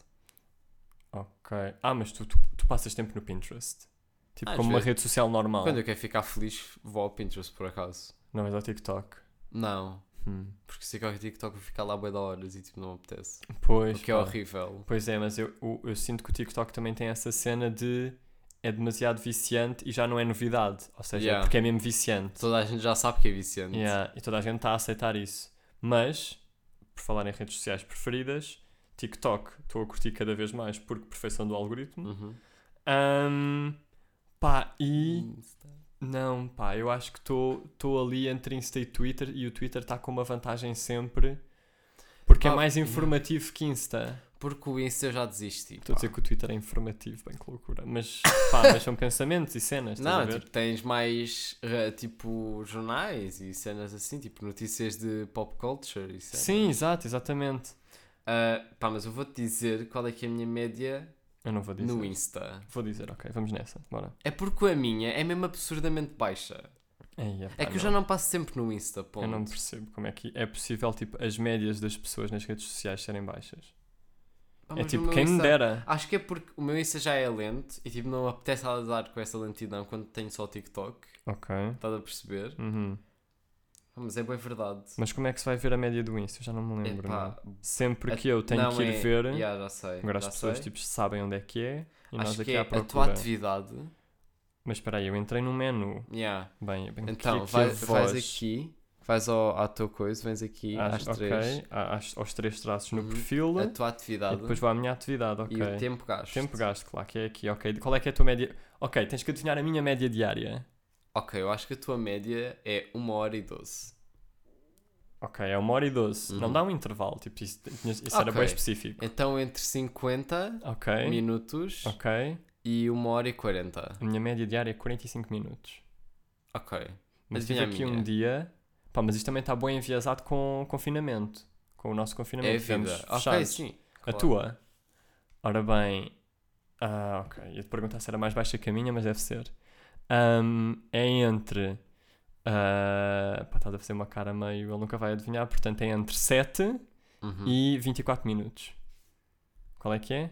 Ok. Ah, mas tu, tu, tu passas tempo no Pinterest? Tipo, Às como uma vezes. rede social normal. Quando eu quero ficar feliz, vou ao Pinterest, por acaso. Não és ao TikTok. Não, Hum. porque se eu ao TikTok vou ficar lá bué da horas e tipo, não me apetece. Pois. O que é pá. horrível. Pois é, mas eu, eu, eu sinto que o TikTok também tem essa cena de é demasiado viciante e já não é novidade. Ou seja, Yeah. porque é mesmo viciante. Toda a gente já sabe que é viciante. Yeah, e toda a gente está a aceitar isso. Mas, por falar em redes sociais preferidas, TikTok estou a curtir cada vez mais porque perfeição do algoritmo. Uhum. Ahm, pá, e... Insta. Não, pá, eu acho que estou ali entre Insta e Twitter e o Twitter está com uma vantagem sempre porque é Pá, mais yeah. informativo que Insta. Porque o Insta eu já desisti. Estou a pá. dizer que o Twitter é informativo, bem que loucura. Mas, pá, mas são pensamentos e cenas, estás a Não, ver? tipo, tens mais eh, tipo jornais e cenas assim, tipo notícias de pop culture e cenas. Sim, exato, exatamente. Ah, pá, mas eu vou-te dizer qual é que é a minha média Eu não vou dizer. no Insta. Vou dizer, ok, vamos nessa, bora. É porque a minha é mesmo absurdamente baixa. Ei, epá, É que eu já não passo sempre no Insta, ponto. Eu não percebo como é que é possível, tipo, as médias das pessoas nas redes sociais serem baixas. Pá, É mas o tipo, meu quem me Insta- dera. Acho que é porque o meu Insta já é lento e tipo não me apetece dar com essa lentidão quando tenho só o TikTok. Ok. Estás a perceber? Uhum. Ah, mas é bem verdade. Mas como é que se vai ver a média do Insta? Eu já não me lembro, Epá, não. Sempre a- que eu tenho não que ir é- ver, Yeah, já sei. agora as já pessoas sei. tipo, sabem onde é que é e nós Acho aqui que é à a tua procura. atividade. Mas espera aí, eu entrei no menu. Yeah. Bem, bem Então, aqui, vai, aqui a vais voz. aqui, vais ao, à tua coisa, vens aqui Às- às ok, três. às- aos três traços no Uhum. perfil A tua e atividade depois vou à minha atividade, ok. e o tempo gasto. Tempo gasto, claro, que é aqui, ok. Qual é que é a tua média? Ok, tens que adivinhar a minha média diária. Ok, eu acho que a tua média é uma hora e doze. Ok, é uma hora e doze. Uhum. Não dá um intervalo, tipo, isso, isso era Ok. bem específico. Então entre cinquenta Ok, minutos ok. e uma hora e quarenta. A minha média diária é quarenta e cinco minutos. Ok. Mas Adivinha tive a aqui minha. um dia... Pá, mas isto também está bem enviesado com confinamento. Com o nosso É a confinamento. Tivemos vida. Ok, fechados. sim. A claro. tua? Ora bem... Ah, ok. Ia-te perguntar se era mais baixa que a minha, mas deve ser. Ahm, é entre... ah, pá, estás a fazer uma cara meio... Ele nunca vai adivinhar. Portanto, é entre sete Uhum. e vinte e quatro minutos. Qual é que é?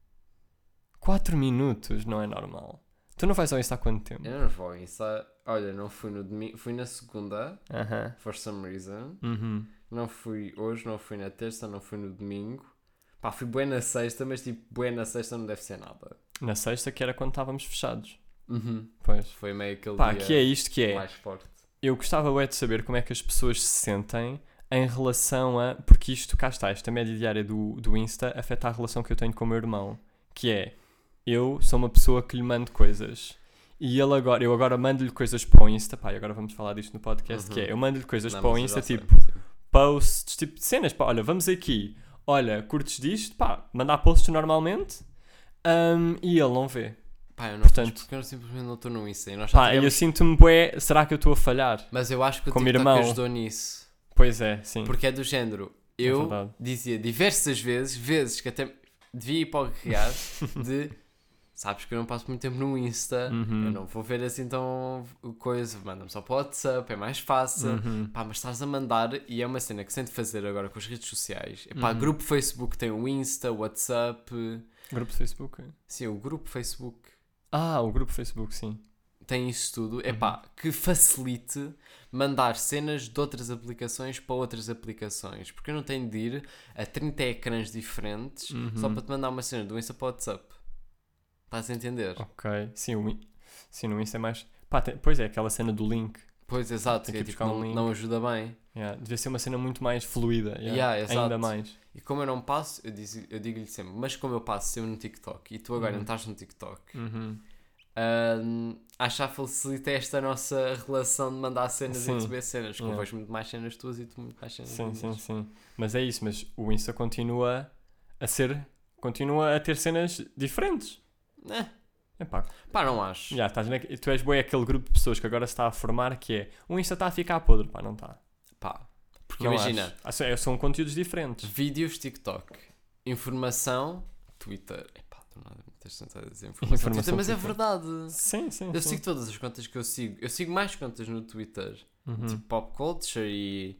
quatro minutos? Não é normal. Tu não vais ao Insta há quanto tempo? Eu não vou ao Insta. Olha, não fui no domingo. Fui na segunda, Aham. for some reason. Uhum. Não fui hoje, não fui na terça, não fui no domingo. Pá, fui bué na sexta, mas tipo, bué na sexta não deve ser nada. Na sexta, que era quando estávamos fechados. Uhum. Pois. Foi meio aquele Pá, dia que é isto que é. mais forte. Eu gostava bué de saber como é que as pessoas se sentem em relação a... Porque isto, cá está, esta média diária do, do Insta afeta a relação que eu tenho com o meu irmão. Que é, eu sou uma pessoa que lhe mando coisas. E ele agora, eu agora mando-lhe coisas para o Insta. Pá, e agora vamos falar disto no podcast. Uhum. Que é, eu mando-lhe coisas Não, para o Insta, tipo, sei, posts, tipo, cenas. Pá, olha, vamos aqui. Olha, curtes disto? Pá, mandar posts normalmente. Um, e ele não vê. Pá, eu não Portanto, porque eu simplesmente não estou no Insta. E nós pá, tivemos... eu sinto-me bué, será que eu estou a falhar? Mas eu acho que o Como TikTok irmão. ajudou nisso. Pois é, sim. Porque é do género. Eu é dizia diversas vezes, vezes que até devia ir para o criar, de sabes que eu não passo muito tempo no Insta, uhum. eu não vou ver assim tão coisa, manda-me só para o WhatsApp, é mais fácil. Uhum. Pá, mas estás a mandar, e é uma cena que tento fazer agora com as redes sociais. Pá, uhum. grupo Facebook tem o Insta, o WhatsApp. Grupo Facebook? Sim, o grupo Facebook. Ah, o grupo Facebook, sim. Tem isso tudo, é pá, uhum. que facilite mandar cenas de outras aplicações para outras aplicações, porque eu não tenho de ir a trinta ecrãs diferentes uhum. só para te mandar uma cena do Insta para o WhatsApp. Estás a entender? Ok, sim, o, sim no Insta é mais... Pá, tem, pois é, aquela cena do link. Pois, exato, que, que é, tipo, não, um não ajuda bem. Yeah, devia ser uma cena muito mais fluida, yeah, yeah, exato. ainda mais. E como eu não passo, eu, digo, eu digo-lhe sempre, mas como eu passo sempre no TikTok e tu agora uhum. não estás no TikTok... Uhum. Um, acho que facilita esta nossa relação de mandar cenas sim. e receber cenas, que yeah. eu vejo muito mais cenas tuas e tu muito mais cenas sim, tuas. sim, sim. Mas é isso, mas o Insta continua a ser, continua a ter cenas diferentes. É. Epá. Pá, não acho. Yeah, estás na... Tu és boi aquele grupo de pessoas que agora se está a formar que é, o Insta está a ficar podre, pá, não está. Pá, porque não imagina, acho. São conteúdos diferentes. Vídeos TikTok, informação Twitter. Epá, do nada me tens tentado dizer informação, informação Twitter, mas Twitter. é verdade. Sim, sim, Eu sim. sigo todas as contas que eu sigo. Eu sigo mais contas no Twitter, uhum. tipo pop culture e,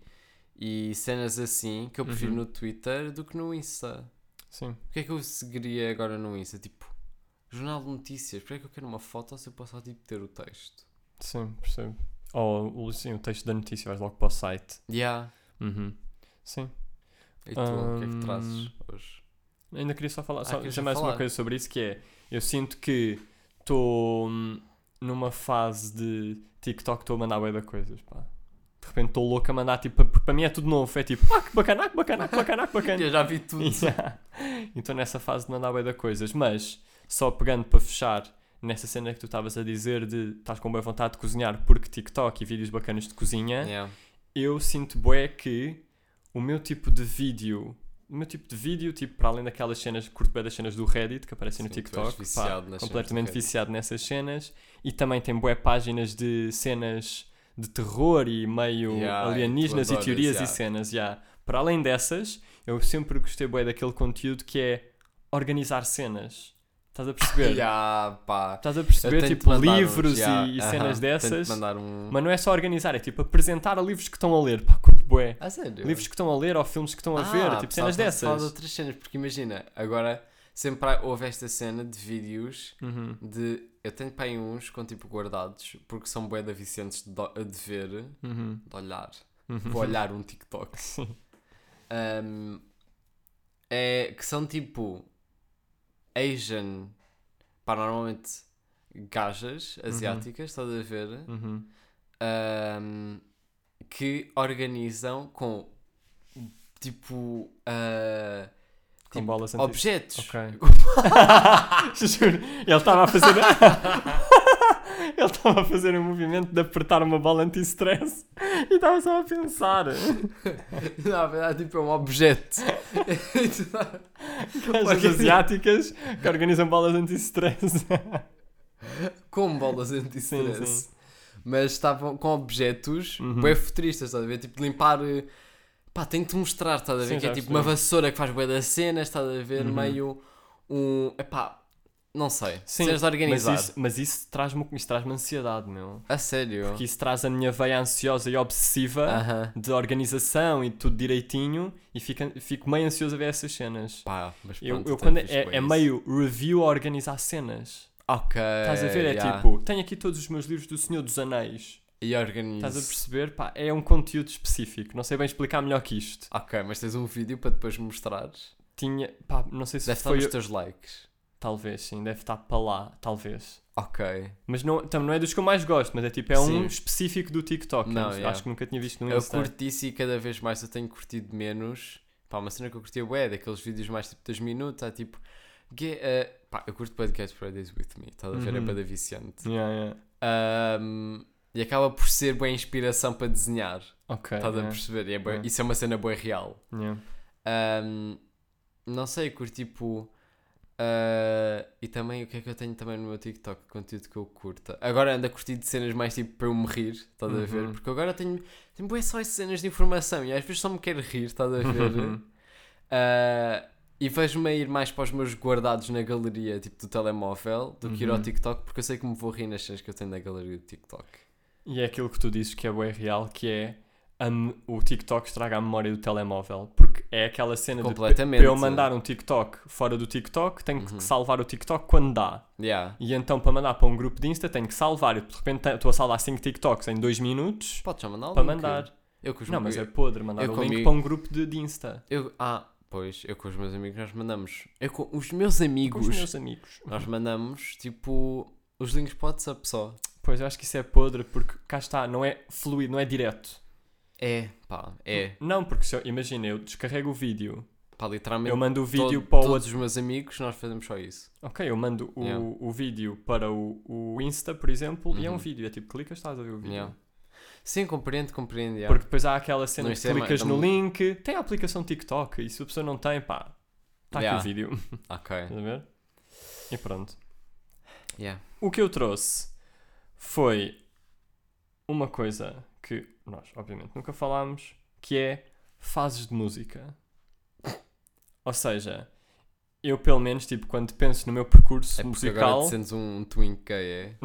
e cenas assim, que eu prefiro uhum. no Twitter do que no Insta. Sim. O que é que eu seguiria agora no Insta? Tipo, jornal de notícias. Para que eu quero uma foto se eu posso só tipo, ter o texto? Sim, percebo. Ou sim, o texto da notícia, vais logo para o site. Yeah. Uhum. Sim. E tu, um... o que é que trazes hoje? Ainda queria só falar, ah, só dizer mais falar. uma coisa sobre isso, que é, eu sinto que estou numa fase de TikTok, estou a mandar bué de coisas, pá. De repente estou louco a mandar, tipo, porque para mim é tudo novo, é tipo, ah, que bacana, que bacana, que bacana, que bacana. Eu já vi tudo. Yeah. Então nessa fase de mandar bué de coisas, mas só pegando para fechar nessa cena que tu estavas a dizer de estás com boa vontade de cozinhar porque TikTok e vídeos bacanas de cozinha, Yeah. eu sinto bué que o meu tipo de vídeo, o meu tipo de vídeo, tipo, para além daquelas cenas, curto bem das cenas do Reddit que aparecem Sim, no TikTok, pá, nas completamente viciado nessas cenas, e também tem bué páginas de cenas de terror e meio yeah, alienígenas e teorias yeah. e cenas, yeah. Para além dessas, eu sempre gostei bué daquele conteúdo que é organizar cenas. Estás a perceber? yeah, pá. Estás a perceber, tipo, livros uns, yeah, e, e uh-huh, cenas dessas. Um... Mas não é só organizar, é tipo apresentar a livros que estão a ler. Pá, curto bué. Ah, sério? Livros que estão a ler ou filmes que estão a ah, ver, tipo cenas dessas. Falar de outras cenas, porque imagina, agora sempre há, houve esta cena de vídeos uhum. de... Eu tenho para aí uns com tipo guardados, porque são bué de viciantes de, do, de ver, uhum. de olhar. Uhum. Vou olhar um TikTok. Sim. Um, é, que são tipo Asian, pá, normalmente gajas asiáticas, uhum. estás a ver? Uhum. Um, que organizam com tipo, uh, com tipo bolas anti... objetos. Ok. Juro, ele estava a fazer ele estava a fazer um movimento de apertar uma bola anti-stress e estava só a pensar. Na verdade, tipo, é um objeto. Gajas asiáticas que organizam bolas anti-stress. Com bolas anti-stress. Sim, sim. Mas estavam com objetos uhum. bem futuristas, estás a ver? Tipo, limpar... Pá, tenho-te mostrar, estás a ver? Sim, que é tipo uma vassoura que faz bué das cenas, estás a ver? Uhum. Meio um... Epá, não sei. Sim, cenas de organizar. Mas isso, mas isso traz-me isso traz-me ansiedade, meu. A sério? Porque isso traz a minha veia ansiosa e obsessiva uh-huh. de organização e tudo direitinho e fico, fico meio ansioso a ver essas cenas. Pá, mas pronto, eu, eu quando é, é meio review a organizar cenas. Ok. Estás a ver? É yeah. tipo, tenho aqui todos os meus livros do Senhor dos Anéis. E organizo. Estás a perceber? Pá, é um conteúdo específico. Não sei bem explicar melhor que isto. Ok, mas tens um vídeo para depois mostrares? Tinha, pá, não sei se Deve foi... estar nos teus likes. Talvez, sim, deve estar para lá, talvez. Ok. Mas não, também não é dos que eu mais gosto, mas é tipo, é Sim. um específico do TikTok. Não, eu yeah. Acho que nunca tinha visto no Eu Insta. curti isso e cada vez mais eu tenho curtido menos. Pá, uma cena que eu curtia bué, daqueles vídeos mais tipo dois minutos, há tipo... Get, uh, pá, eu curto podcast Fridays with me, estás a ver? Uhum. É para da viciante. Yeah, yeah. Um, e acaba por ser boa inspiração para desenhar. Ok. Estás yeah. a perceber? E é bué- Yeah. Isso é uma cena boa real. Yeah. Um, não sei, curto tipo... Uh, e também o que é que eu tenho também no meu TikTok, conteúdo que eu curta. Agora ando a curtir de cenas mais tipo para eu me rir, estás a ver? Uhum. Porque agora tenho, tenho bué só cenas de informação e às vezes só me quero rir, estás a ver? Uhum. Uh, e vejo-me a ir mais para os meus guardados na galeria, tipo do telemóvel, do que ir ao Uhum. TikTok, porque eu sei que me vou rir nas cenas que eu tenho na galeria do TikTok. E é aquilo que tu dizes que é bem real, que é a me- o TikTok estraga a memória do telemóvel. Porque é aquela cena de Completamente. para eu mandar um TikTok fora do TikTok, tenho Uhum. que salvar o TikTok quando dá. Yeah. E então para mandar para um grupo de Insta tenho que salvar. Eu, de repente te- estou a salvar cinco TikToks em dois minutos Podes já mandar o para link. mandar. Eu com os Não, meus- mas é podre mandar eu o link comigo- para um grupo de, de Insta. eu, ah, pois, eu com os meus amigos nós mandamos. Eu com os meus Com amigos. os meus amigos. Nós mandamos, tipo, os links para o WhatsApp só. Pois eu acho que isso é podre porque cá está, não é fluido, não é direto. É, pá, é. Não, porque se eu, imagina, eu descarrego o vídeo, Pá, literalmente, eu mando o vídeo todo- para o todos outro. os meus amigos, nós fazemos só isso. Ok, eu mando o, Yeah. o vídeo para o, o Insta, por exemplo, e é um Uhum. vídeo. É tipo, clicas, estás a ver o vídeo. Yeah. Sim, compreendo, compreendo. Yeah. Porque depois há aquela cena No que Insta é clicas mais- no dá-me- link, tem a aplicação TikTok, e se a pessoa não tem, pá, está Yeah. aqui o vídeo. Ok. Estás a ver? E pronto. Yeah. O que eu trouxe foi uma coisa que nós, obviamente, nunca falámos, que é fases de música. Ou seja, eu pelo menos, tipo, quando penso no meu percurso É porque musical... agora te sentes um twink gay, é?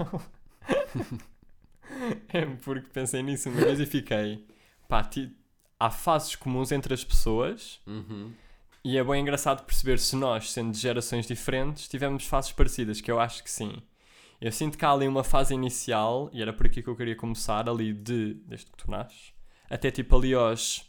É porque pensei nisso uma vez e fiquei... Pá, ti- há fases comuns entre as pessoas Uhum. e é bem engraçado perceber se nós, sendo de gerações diferentes, tivemos fases parecidas, que eu acho que sim. Eu sinto que há ali uma fase inicial, e era por aqui que eu queria começar, ali de... Desde que tu nasces, até tipo ali aos...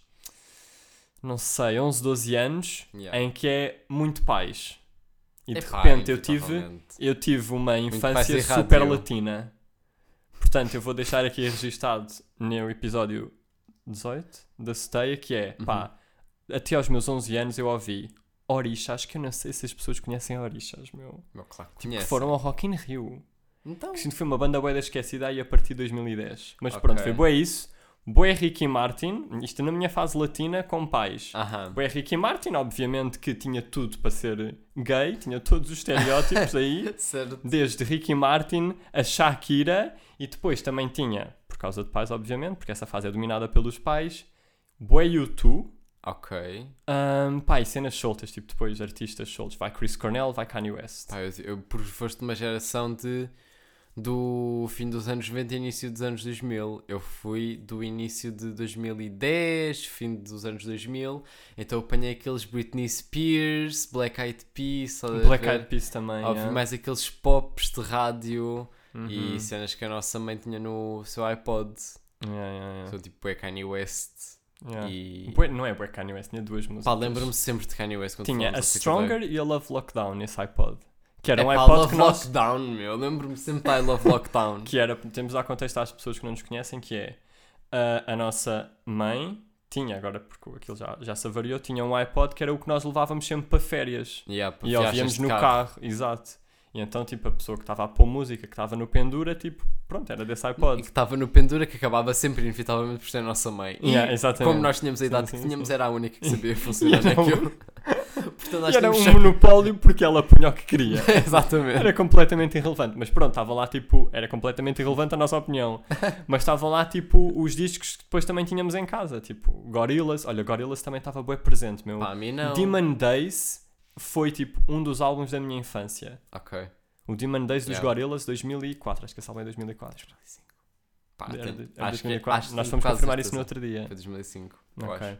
Não sei, onze, doze anos, Yeah. em que é muito pais. E de É pá, repente eu tive... inevitavelmente. Eu tive uma pais infância e rádio. super latina. Portanto, eu vou deixar aqui registado no episódio dezoito da Seteia, que é, pá, até aos meus onze anos eu ouvi Orixás, que eu não sei se as pessoas conhecem Orixás, meu. Meu, claro que Que conhece. foram ao Rock in Rio. Então. Que foi uma banda bué da esquecida aí a partir de dois mil e dez. Mas Ok. pronto, foi bué isso. Bué Ricky Martin, isto na minha fase latina com pais. Aham. Bué Ricky Martin, obviamente que tinha tudo para ser gay, tinha todos os estereótipos aí. Certo. Desde Ricky Martin a Shakira, e depois também tinha, por causa de pais, obviamente, porque essa fase é dominada pelos pais, bué U dois, Ok. um, pá, e cenas soltas, tipo depois artistas soltos, vai Chris Cornell, vai Kanye West. Pá, eu, eu por foste de uma geração de do fim dos anos noventa e início dos anos dois mil. Eu fui do início de dois mil e dez, fim dos anos dois mil. Então eu apanhei aqueles Britney Spears, Black Eyed Peas, estás a Black ver? Eyed Peas também, Ouvi yeah. mais aqueles pops de rádio Uhum. e cenas que a nossa mãe tinha no seu iPod. Yeah, yeah, yeah. Sou tipo é Kanye West Yeah. e... Bué- não é bué Kanye West, tinha duas músicas. Pá, lembro-me sempre de Kanye West quando Tinha falamos a assim, Stronger e a Love Lockdown nesse iPod. Que era é um pá, iPod Love que nós... Lockdown, meu. Lembro-me sempre da I Love Lockdown. Que era, temos a contexto às pessoas que não nos conhecem, que é a, a nossa mãe tinha, agora porque aquilo já, já se avariou, tinha um iPod que era o que nós levávamos sempre para férias. Yeah, para E viagens ouvíamos de no carro. carro. Exato. E então, tipo, a pessoa que estava a pôr música, que estava no pendura, tipo, pronto, era desse E iPod. que estava no pendura, que acabava sempre, inevitavelmente, por ser a nossa mãe. E Yeah, exatamente. como nós tínhamos a idade Sim, que sim, tínhamos, sim. era a única que sabia funcionar E era um- naquilo. Portanto, nós E era um tínhamos sempre- monopólio porque ela punha o que queria. Exatamente. Era completamente irrelevante. Mas pronto, estava lá, tipo, era completamente irrelevante a nossa opinião. Mas estavam lá, tipo, os discos que depois também tínhamos em casa. Tipo, Gorillaz. Olha, Gorillaz também estava bem presente, meu. Pá, a mim não. Demon Days foi, tipo, um dos álbuns da minha infância. Ok. O Demon Days dos Yeah. Gorillaz dois mil e quatro. Acho que esse álbum é dois mil e quatro. Pá, Era tem- de- era acho que, dois mil e quatro. acho que Nós tenho fomos quase confirmar isso certeza. no outro dia. Foi dois mil e cinco, eu Ok. acho.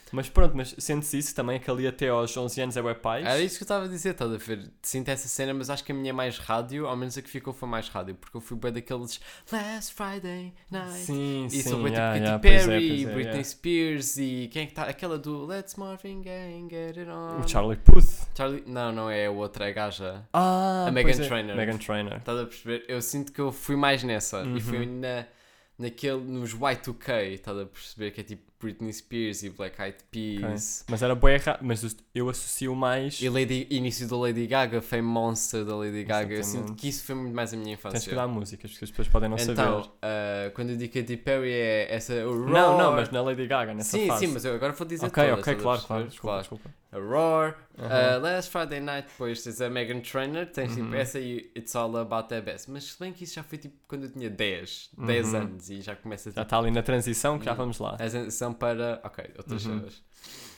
Mas pronto, mas sente-se isso também, que ali até aos onze anos é bué pais. Era isso que eu estava a dizer, estás a ver? Sinto essa cena, mas acho que a minha é mais rádio, ao menos a que ficou foi mais rádio, porque eu fui bem daqueles Last Friday Night. Sim, E sim, sou bem yeah, tipo yeah, Katy pois é, Perry, pois é, Britney yeah. Spears e quem é que está? Aquela do Let's Marvin Gaye, Get It On. O Charlie Puth. Charlie... Não, não é a outra, é a gaja. Ah, A pois Meghan é. Trainor. Meghan Trainor. Estás a perceber? Eu sinto que eu fui mais nessa. Uhum. E fui na, naquele, nos Y dois K, estás a perceber? Que é tipo Britney Spears e Black Eyed Peas. Okay. Mas era bué errado, mas eu associo mais... E Lady, início da Lady Gaga, Fame Monster da Lady Gaga. Eu Exatamente. sinto que isso foi muito mais a minha infância. Tens que dar músicas, porque as pessoas podem não Então, saber. uh, quando eu digo Katy Perry é essa... O Roar. Não, não, mas na Lady Gaga, nessa Sim, fase. sim, mas eu agora vou dizer Ok, todas, ok, estás a claro, perceber? claro, desculpa, Claro. desculpa. A Roar, Uhum. uh, Last Friday Night, depois tens a Meghan Trainor, tens tipo Uhum. essa e It's All About That Bass. Mas se bem que isso já foi tipo quando eu tinha dez, dez Uhum. anos e já começa Já tipo, está ali na transição, que já Hum. vamos lá. a transição para, ok, outras Uhum. coisas.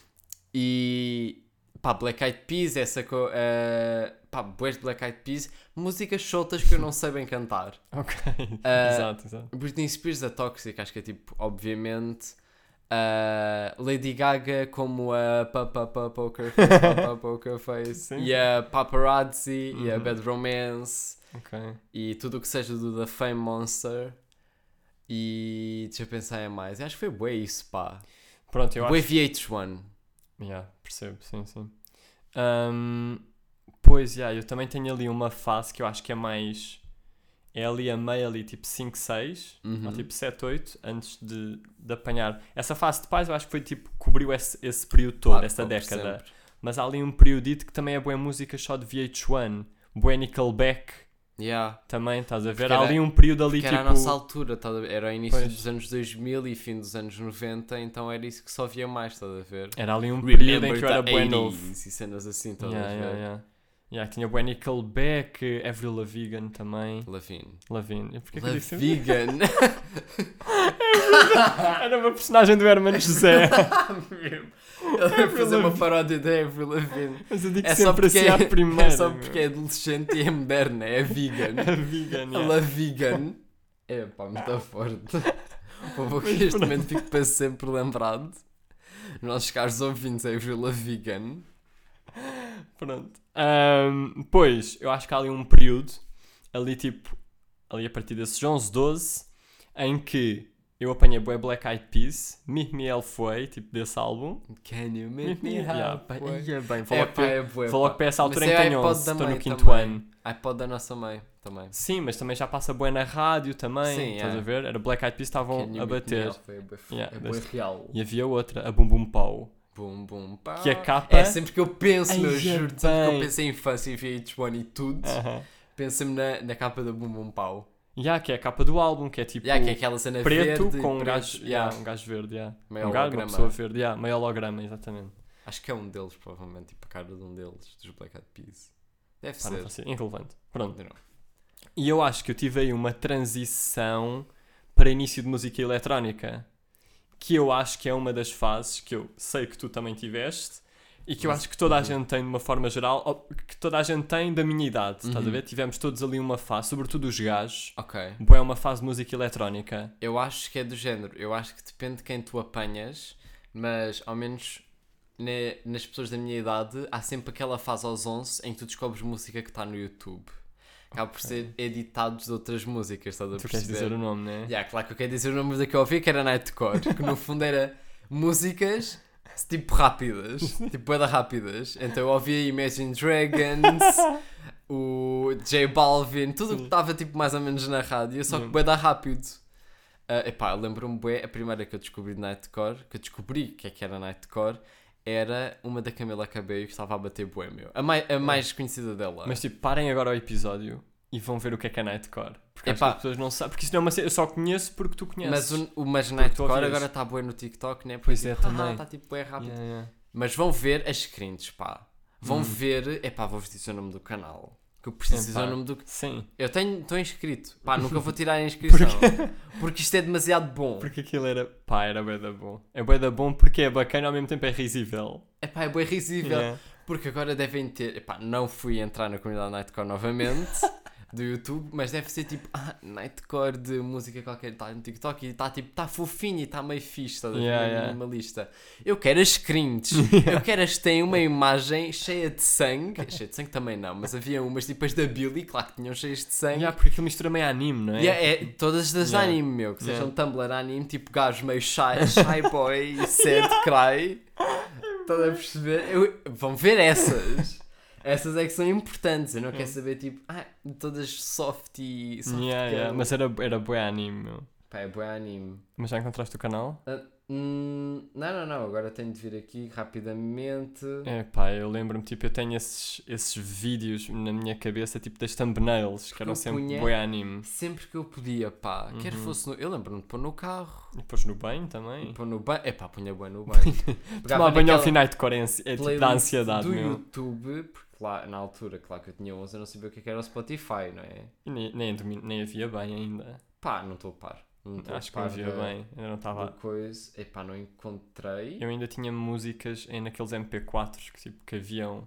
E pá, Black Eyed Peas, essa co uh, pá, boas de Black Eyed Peas, músicas soltas que eu não sei bem cantar. Ok, Ah, exato, exato. Britney Spears, a Toxic, acho que é tipo, obviamente. Uh, Lady Gaga como a Papa Papa Poker Face, Papa Poker Face Sim. e a Paparazzi e a Uhum. Bad Romance Ok. e tudo o que seja do The Fame Monster. E deixa eu pensar em mais. Acho que foi bué isso, pá. Pronto, eu Bué acho... V H um. Yeah, percebo, sim, sim. Ahm, pois, yeah, eu também tenho ali uma fase que eu acho que é mais... É ali a meio, ali tipo cinco, seis, Uhum. ou tipo sete, oito, antes de, de apanhar. Essa fase de pais eu acho que foi tipo, cobriu esse, esse período todo, Claro, essa compro década. sempre. Mas há ali um período que também é boa música só de V H um. Boa Nickelback Yeah. também, estás a ver? Porque Há era- ali um período ali Que tipo... era a nossa altura, estás a ver? Era o início Pois. dos anos dois mil e fim dos anos noventa, então era isso que só via mais, estás a ver? Era ali um período em que eu era the bué novo. eighties e cenas assim, estás Yeah, a ver? yeah, yeah. Yeah, tinha bué Nickelback, Avril Lavigne também. Lavigne. Lavigne. Porquê que eu disse Lavigne. Era uma personagem do Hermano José. Ele vai fazer uma paródia da Avril Lavigne. Mas eu digo É só, sempre porque assim é, à primeira. é só porque é adolescente e é moderna, é vegan. É vegan, A yeah. Lavigne. É pá, muito forte. Vou que este momento fico para sempre lembrado. Nossos caros ouvintes, é Avril Lavigne. Pronto. Ahm, pois, eu acho que há ali um período, ali tipo, ali a partir desses onze, doze, em que eu apanhei bué Black Eyed Peas, Meet Me Halfway, tipo desse álbum. Can you Meet make me Yeah, bem, halfway? ia bem, vou É logo pá, para- é bué, vou logo pá. para essa altura Mas em é que tenho iPod onze, da estou no mãe quinto também. ano. iPod da nossa mãe também. Sim, mas também já passa bué na rádio também, Sim, estás é. a ver? Era Black Eyed Peas, estavam Can you a make me bater. halfway? É bué f- Yeah, é bué deste- real. E havia outra, a Bum Bum Pow. Bum, bum, pá. Que a capa- É sempre que eu penso, Ai, meu, é juro, sempre que eu bem. penso em infância e V H um e tudo, Aham. pensa-me na, na capa da Bum Bum Pau. Yeah, que é a capa do álbum, que é tipo Yeah, que é aquela cena preto verde e com um preto, gajo, yeah. yeah, um gajo verde, yeah. Meio um gajo, uma holograma. pessoa verde, yeah, meio holograma, exatamente. Acho que é um deles, provavelmente, tipo a cara de um deles, dos Black Eyed Peas. Deve Pá, não ser. faço ideia, irrelevante. Pronto. Não. E eu acho que eu tive aí uma transição para início de música eletrónica, que eu acho que é uma das fases que eu sei que tu também tiveste e que eu Mas- acho que toda a uhum. gente tem de uma forma geral, ou que toda a gente tem da minha idade, estás a Uhum. ver? Tivemos todos ali uma fase, sobretudo os gajos, Ok. boa, é uma fase de música eletrónica. Eu acho que é do género. Eu acho que depende de quem tu apanhas, mas ao menos ne- nas pessoas da minha idade há sempre aquela fase aos onze em que tu descobres música que está no YouTube. Acaba por ser editados de outras músicas, estás a Tu queres perceber? dizer o nome, né? Yeah, claro que eu quero dizer o nome da que eu ouvi, que era Nightcore, que no fundo era músicas tipo rápidas, tipo bué da rápidas. Então eu ouvia Imagine Dragons, o J Balvin, tudo o que estava tipo mais ou menos na rádio, só que Sim. bué da rápido. Uh, epá, eu lembro-me bué, a primeira que eu descobri de Nightcore, que eu descobri que é que era Nightcore, era uma da Camila Cabello que estava a bater bué, meu. A mais, a mais conhecida dela. Mas tipo, parem agora o episódio e vão ver o que é que é Nightcore. Porque acho que Epá. as pessoas não sabem. Porque isso não é uma cena, eu só conheço porque tu conheces. Mas o, o mas tu Nightcore ouvias. agora está bué no TikTok, né? Porque, Pois é, tipo, também. Está tipo bué rápido. Yeah, yeah. Mas vão ver as screens, pá. Vão Hum. ver. Epá, vou-vos dizer o nome do canal. Que eu preciso dizer Epá. o nome do. Sim. Eu tenho. Estou inscrito. Pá, nunca vou tirar a inscrição. Porque isto é demasiado bom. Porque aquilo era. Pá, era bué da bom. É bué da bom porque é bacana e ao mesmo tempo é risível. Epá, é bem risível. Yeah. Porque agora devem ter. Epá, não fui entrar na comunidade Nightcore novamente. do YouTube, mas deve ser tipo, ah, Nightcore de música qualquer, está no TikTok e está tipo, está fofinho e está meio fixe, está Yeah, meio yeah. minimalista. Eu quero as cringe, eu quero as que têm uma imagem cheia de sangue, cheia de sangue também não, mas havia umas tipo as da Billy, claro que tinham cheias de sangue. Yeah, porque aquilo mistura meio anime, não é? Yeah, é todas das Yeah. anime, meu, que Yeah. sejam Tumblr anime, tipo gajos meio shy, shy boy e sad cry. Estás a perceber? Eu, vão ver essas. Essas é que são importantes. Eu não quero saber tipo, ah, todas soft e soft Yeah, yeah. girl. Mas era, era bué anime, meu. Pá, é bué anime. Mas já encontraste o canal? Ah, hum, não, não, não. Agora tenho de vir aqui rapidamente. É pá, eu lembro-me, tipo, eu tenho esses, esses vídeos na minha cabeça, tipo das thumbnails, que eram eu sempre punha- bué anime. Sempre que eu podia, pá. Quer Uhum. fosse no... Eu lembro-me de pôr no carro. E depois no banho também. Pôr no banho. É pá, punha bué no banho. Pegava Tomar banho ao naquela final de coerência, é tipo da playlist ansiedade, do meu. YouTube, porque lá na altura, claro que eu tinha onze, eu não sabia o que é que era o Spotify, não é? E nem, nem, domi- nem havia bem ainda. Pá, não estou a par. Não estou Acho a que não par havia da- bem. Eu não da estava. coisa. Epá, não encontrei. Eu ainda tinha músicas em naqueles M P quatros que, tipo, que haviam.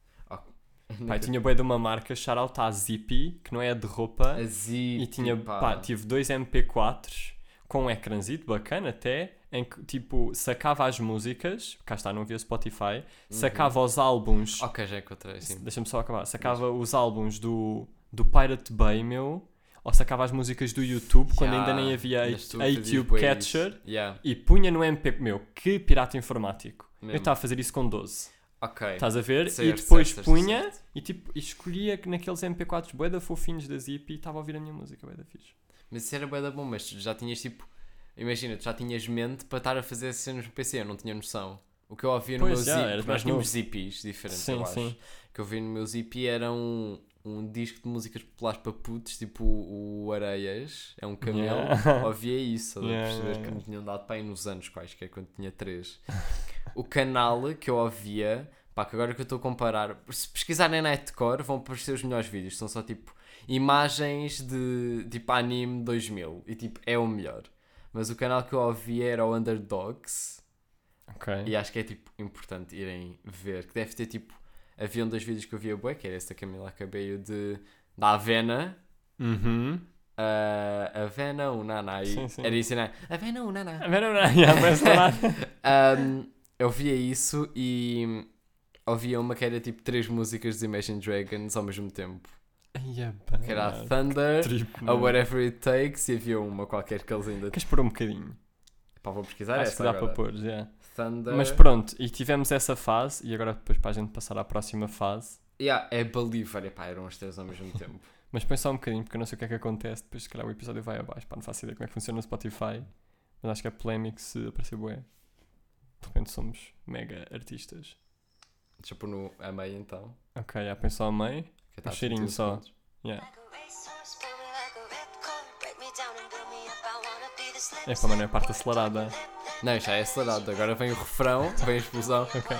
Ainda Pá, eu tinha bué de uma marca, shout-out à Zippy, que não é de roupa. A Zip, E tinha, pá. pá, tive dois M P quatros com um ecrãzito bacana até, em que tipo sacava as músicas, cá está, não havia Spotify, sacava os álbuns, Ok, já encontrei, sim. deixa-me só acabar, sacava os álbuns do, do Pirate Bay, meu, ou sacava as músicas do YouTube, quando Ya, ainda nem havia a, mas tu a fazias YouTube bué Catcher, isso. Yeah, e punha no M P, meu, que pirata informático. Eu mesmo. estava a fazer isso com doze, Ok. estás a ver? Certo, e depois certo, certo, punha, certo. e tipo, e escolhia que naqueles M P quatros bué da fofinhos da Zip e estava a ouvir a minha música, bué da fixe. Mas isso era bué da bom, mas tu já tinhas tipo... Imagina, tu já tinhas mente para estar a fazer essas cenas no P C, eu não tinha noção. O que eu ouvia no Pois, meu já, Zip, eras nós mais tínhamos novo. Zippys diferentes, Sim, eu acho. sim. O que eu vi no meu Zippy era um, um disco de músicas populares para putos, tipo o, o Areias, é um camelo. Yeah. Ouvia isso, estás a Yeah, perceber yeah, que yeah. me tinham dado para aí nos anos quaisquer, quando tinha três. O canal que eu ouvia, pá, que agora que eu estou a comparar, se pesquisarem Nightcore vão aparecer os melhores vídeos, são só tipo imagens de tipo anime dois mil e tipo é o melhor. Mas o canal que eu ouvia era o Underdogs Ok. e acho que é tipo importante irem ver, que deve ter tipo, havia um dos vídeos que eu via bué, que era esse da Camila Cabello de, da Avena. Uhum. Uh, Avena, o Nana, Sim, sim. era isso, né? Avena, o Nana. A ver, não, yeah, parece nada. Um, eu via isso e ouvia uma que era tipo três músicas de Imagine Dragons ao mesmo tempo. Ai, é bem, Que era a mano. Thunder, Trip, a mano. Whatever It Takes e havia uma qualquer que eles ainda... Queres pôr um bocadinho? Pá, vou pesquisar Acho essa que dá agora. para pôr, já. Thunder... Mas pronto, e tivemos essa fase, e agora depois para a gente passar à próxima fase. Yeah, é Believer, epá, eram as três ao mesmo tempo. Mas põe só um bocadinho, porque eu não sei o que é que acontece, depois se calhar o episódio vai abaixo, pá, não faço ideia como é que funciona no Spotify, mas acho que é polémico se aparecer bué. De repente somos mega artistas. Deixa eu pôr no a meio então. Ok, já põe só a meio. Que tá Um a cheirinho trinta só. segundos. Yeah. É pá, mano, é a parte acelerada. Não, já é acelerado, agora vem o refrão, vem a explosão. Ok.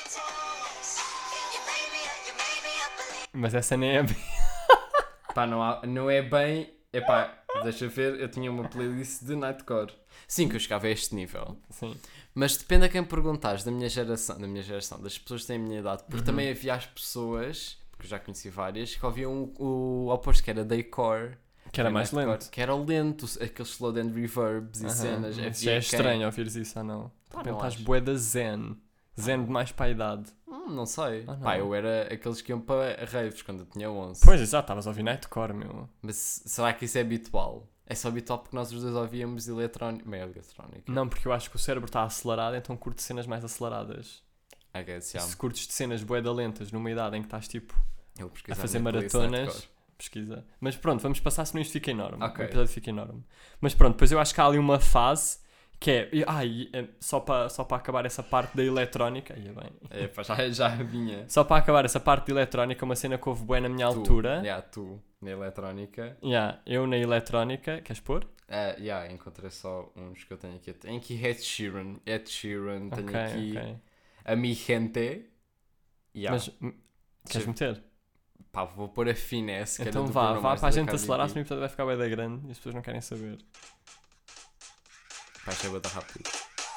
Mas essa nem é bem. Pá, não, há, não é bem... Epá, deixa ver, eu tinha uma playlist de Nightcore. Sim, que eu chegava a este nível. Sim. Mas depende a quem perguntares da minha geração, da minha geração, das pessoas que têm a minha idade, porque Uhum. também havia as pessoas, porque eu já conheci várias, que ouviam o, o oposto, que era Daycore. Que era mais Nightcore, lento. Que era o lento, aqueles slow down reverbs e Aham. cenas. Isso Havia já é quem- estranho ouvires isso ou não? De Pá, repente não estás acho. bué da zen. Zen demais para a idade. Hum, não sei. Ah, não. Pá, eu era aqueles que iam para raves quando eu tinha onze. Pois, exato, estavas a ouvir Nightcore, meu. Mas será que isso é habitual? É só habitual porque nós os dois ouvíamos eletrónica. Meio eletrónica. Não, porque eu acho que o cérebro está acelerado, então curto cenas mais aceleradas. I guess, yeah. Se curtes de cenas bué da lentas numa idade em que estás tipo Eu vou a pesquisar fazer na playlist maratonas, Nightcore. pesquisa. Mas pronto, vamos passar senão isto fica enorme. Ok. O episódio fica enorme. Mas pronto, depois eu acho que há ali uma fase que é. e- Ah, e, é, só para só para acabar essa parte da eletrónica. Aí é bem. É, pá, já, já vinha. Só para acabar essa parte de eletrónica, uma cena que houve bué na minha Tu, altura. yeah, tu, na eletrónica. Yeah, eu na eletrónica, queres pôr? Uh, yeah, encontrei só uns que eu tenho aqui. Tenho aqui Ed Sheeran. Ed Sheeran. Tenho Ok, aqui ok. a Mi Gente. Yeah. Mas hum, queres Deixa- meter? Pá, vou pôr a Finesse. Que Então era do vá, Bruno vá Mars para a da gente Cardi acelerar, B. senão o episódio vai ficar bem da grande e as pessoas não querem saber. Pá, isto é bué da rápido.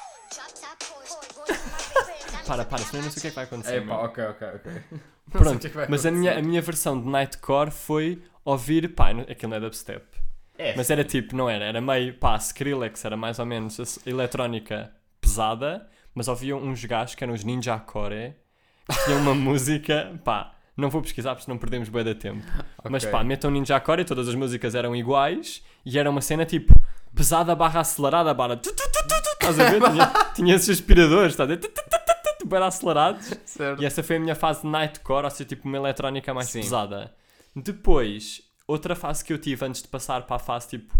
Para, para, senão eu não sei o que é que vai acontecer. É meu. pá, ok, ok, ok. Não sei o Pronto, que é que vai mas a acontecer. minha, a minha versão de Nightcore foi ouvir, pá, não- aquilo não é dubstep. É, Mas era tipo, não era, era meio, pá, Skrillex era mais ou menos a eletrónica pesada, mas ouviam uns gajos que eram os Ninja Core, que tinham uma música, pá, não vou pesquisar porque não perdemos bué de tempo. Mas pá, metam Ninja Core e todas as músicas eram iguais e era uma cena tipo pesada barra acelerada barra... tu, tu, tu, tu, tu, Estás a ver? Tinha, tinha esses aspiradores, estás a ver? Tu, tu, tu, tu, tu, Bem acelerados. certo. E essa foi a minha fase de Nightcore, ou seja, tipo uma eletrónica mais Sim. pesada. Depois, outra fase que eu tive antes de passar para a fase tipo...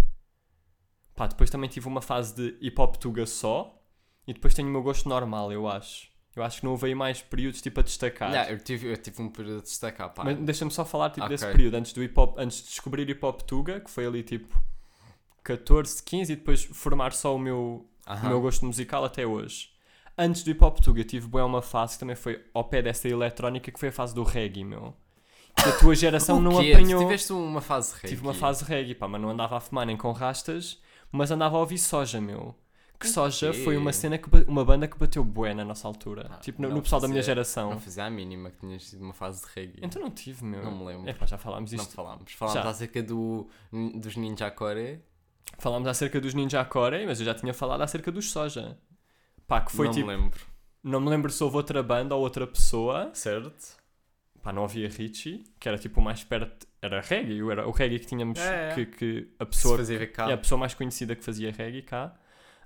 Pá, depois também tive uma fase de hip-hop tuga só. E depois tenho o meu gosto normal, eu acho. Eu acho que não houve aí mais períodos tipo a destacar. Yeah, eu, tive, eu tive um período de destacar, pá. Mas deixa-me só falar tipo, Ok. desse período, antes, do hip -hop, antes de descobrir hip-hop tuga, que foi ali tipo catorze, quinze, e depois formar só o meu, Aham. o meu gosto musical até hoje. Antes do hip-hop tuga, eu tive bem uma fase que também foi ao pé dessa eletrónica, que foi a fase do reggae, meu. Que a tua geração O não quê? apanhou... Tu tiveste uma fase reggae? Tive uma fase reggae, pá, mas não andava a fumar nem com rastas, mas andava a ouvir soja, meu. Que soja quê? foi uma cena, que, ba- uma banda que bateu bué na nossa altura. Ah, tipo, no, não no pessoal da minha fazia- geração. Não fazia a mínima que tinhas tido uma fase de reggae. Então não tive, meu. Não me lembro. É pá, já falámos Não isto. falámos. Falámos Já. acerca do, dos Ninja Core. Falámos acerca dos Ninja Core, mas eu já tinha falado acerca dos soja. Pá, que foi não tipo... me lembro. Não me lembro se houve outra banda ou outra pessoa. Certo? Pá, não havia Richie, que era tipo o mais perto... Era reggae, eu era o reggae que tínhamos... É, é. Que, que a Se pessoa... fazia ver cá. É a pessoa mais conhecida que fazia reggae cá.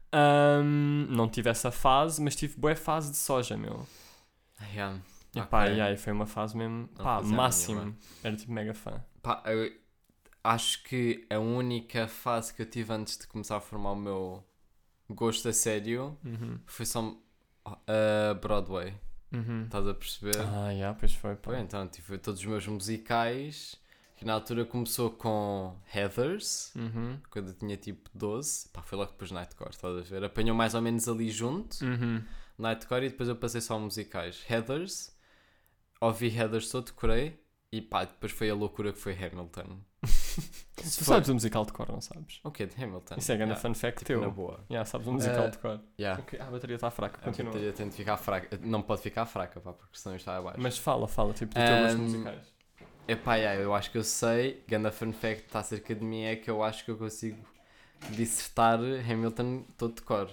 Ahm, não tive essa fase, mas tive boa fase de soja, meu. Yeah. E Ok. pá, e aí foi uma fase mesmo, Não pá, fazia a máximo. mínima. Era tipo mega fã. Pá, eu acho que a única fase que eu tive antes de começar a formar o meu gosto a sério Uhum. foi só a Broadway. Uhum. Estás a perceber? Ah, já, pois foi, pá. Pô, então tive todos os meus musicais, que na altura começou com Heathers, Uhum. quando eu tinha tipo doze. Pá, foi logo depois Nightcore, estás a ver? Apanhou mais ou menos ali junto, Uhum. Nightcore, e depois eu passei só a musicais. Heathers, ouvi Heathers todo, decorei, e pá, depois foi a loucura que foi Hamilton. Tu foi- sabes o musical de cor, não sabes? O quê? De Hamilton? Isso é grande Yeah, fun fact tipo, teu. na boa. Já, sabes o musical Eh, de cor. Yeah. Ok, ah, a bateria está fraca, A continua. bateria tem de ficar fraca. Não pode ficar fraca, pá, porque senão está abaixo. Mas fala, fala, tipo, do teu gosto Ahm, musicais. Epá, yeah, eu acho que eu sei. Ganda fun fact está acerca de mim é que eu acho que eu consigo dissertar Hamilton todo de cor.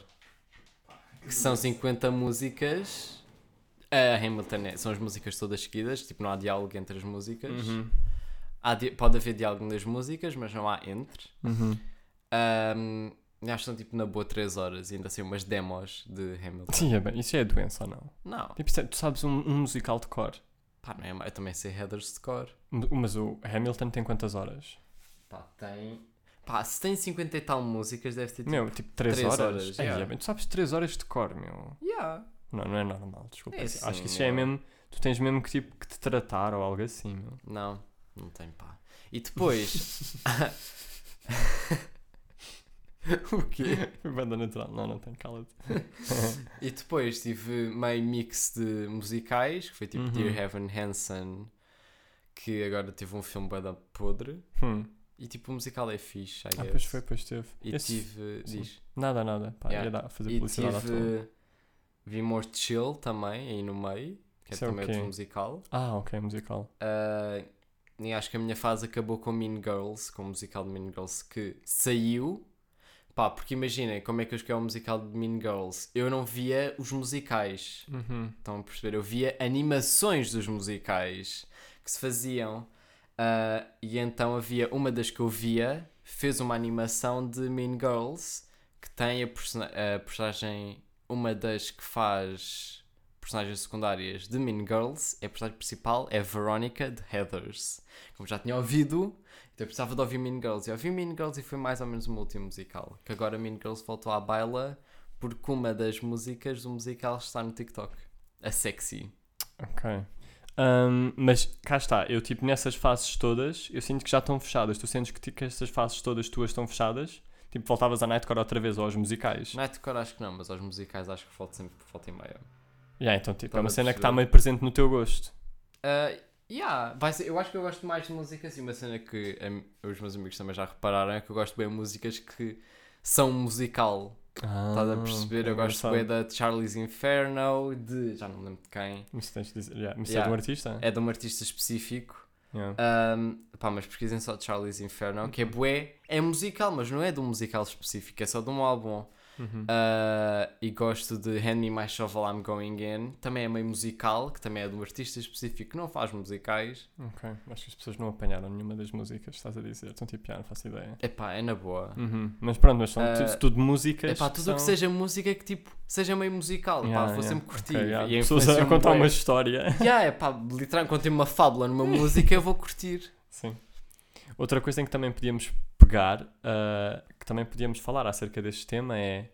Que são cinquenta músicas. A Hamilton é- são as músicas todas seguidas, tipo, não há diálogo entre as músicas. Uhum. Há di- pode haver diálogo nas músicas, mas não há entre. Uhum. Ahm, acho que são tipo na boa três horas e ainda assim umas demos de Hamilton. Sim, é bem. Isso é doença ou não? Não, Tipo, isso é- tu sabes um, um musical de cor. pá, não é, eu também sei headers de cor. Mas o Hamilton tem quantas horas? Pá, tem. Pá, se tem cinquenta e tal músicas, deve ter tipo. Meu, tipo três três horas? horas, Ai, yeah. é bem, tu sabes três horas de cor, meu. Yeah. Não, não é normal, desculpa. É Acho sim, que isso já é meu. mesmo... Tu tens mesmo que, tipo, que te tratar ou algo assim, meu. Não, não tem pá. E depois. O quê? Banda natural. Não, não tem, cala-te. E depois tive meio mix de musicais, que foi tipo Uhum. Dear Evan Hansen, que agora teve um filme bué da podre. Hum. E tipo o musical é fixe, I Ah, guess. pois foi, pois teve. E Esse- tive. sim. Diz. Nada, nada. Pá, Yeah. ia dar, fazer E publicidade à toa. tive. Vi More Chill também, aí no meio, que é Isso é o também quê? outro musical. Ah, ok, musical. Uh, e acho que a minha fase acabou com Mean Girls, com o musical de Mean Girls que saiu. Pá, porque imaginem como é que eu escolhi o musical de Mean Girls. Eu não via os musicais. Uhum. Estão a perceber? Eu via animações dos musicais que se faziam. Uh, e então havia uma das que eu via, fez uma animação de Mean Girls, que tem a, persona- a personagem, uma das que faz personagens secundárias de Mean Girls, é a personagem principal, é a Veronica de Heathers. Como já tinha ouvido, então eu precisava de ouvir Mean Girls. E ouvi Mean Girls e foi mais ou menos o meu último musical. Que agora Mean Girls voltou à baila porque uma das músicas do musical está no TikTok. A Sexy. Ok. Um, mas cá está, eu tipo nessas fases todas, eu sinto que já estão fechadas. Tu sentes que, ti- que essas fases todas tuas estão fechadas? Tipo, voltavas a Nightcore outra vez ou aos musicais? Nightcore acho que não, mas aos musicais acho que falta sempre por volta e meia. Yeah, então tipo, é Estás uma a cena que perceber? está meio presente no teu gosto. Uh, yeah, vai ser, eu acho que eu gosto mais de músicas e uma cena que um, os meus amigos também já repararam é que eu gosto bem de músicas que são musical. Ah, Estás a perceber? ok, eu gosto engraçado. bem da Charlie's Inferno, de. Já não me lembro de quem. Mas tens de dizer, yeah, mas Yeah. é de um artista? É de um artista específico. Yeah. Um, pá, mas pesquisem só Charlie's Inferno, que é bué, é musical, mas não é de um musical específico, é só de um álbum. Uhum. Uh, e gosto de Hand Me My Shovel, I'm Going In, também é meio musical, que também é de um artista específico que não faz musicais. Ok, acho que as pessoas não apanharam nenhuma das músicas, estás a dizer. Estão tipo, ah, não faço ideia. Epá, é na boa. Uhum. Mas pronto, mas são Uh, tudo, tudo músicas. Epá, tudo o são... que seja música que tipo, seja meio musical, Yeah, pá, vou yeah. sempre curtir. Okay, yeah. E a Pessoas a influencia-me contar bué. uma história. Yeah, epá, literalmente quando tem uma fábula numa música eu vou curtir. Sim. Outra coisa em que também podíamos pegar, uh, que também podíamos falar acerca deste tema é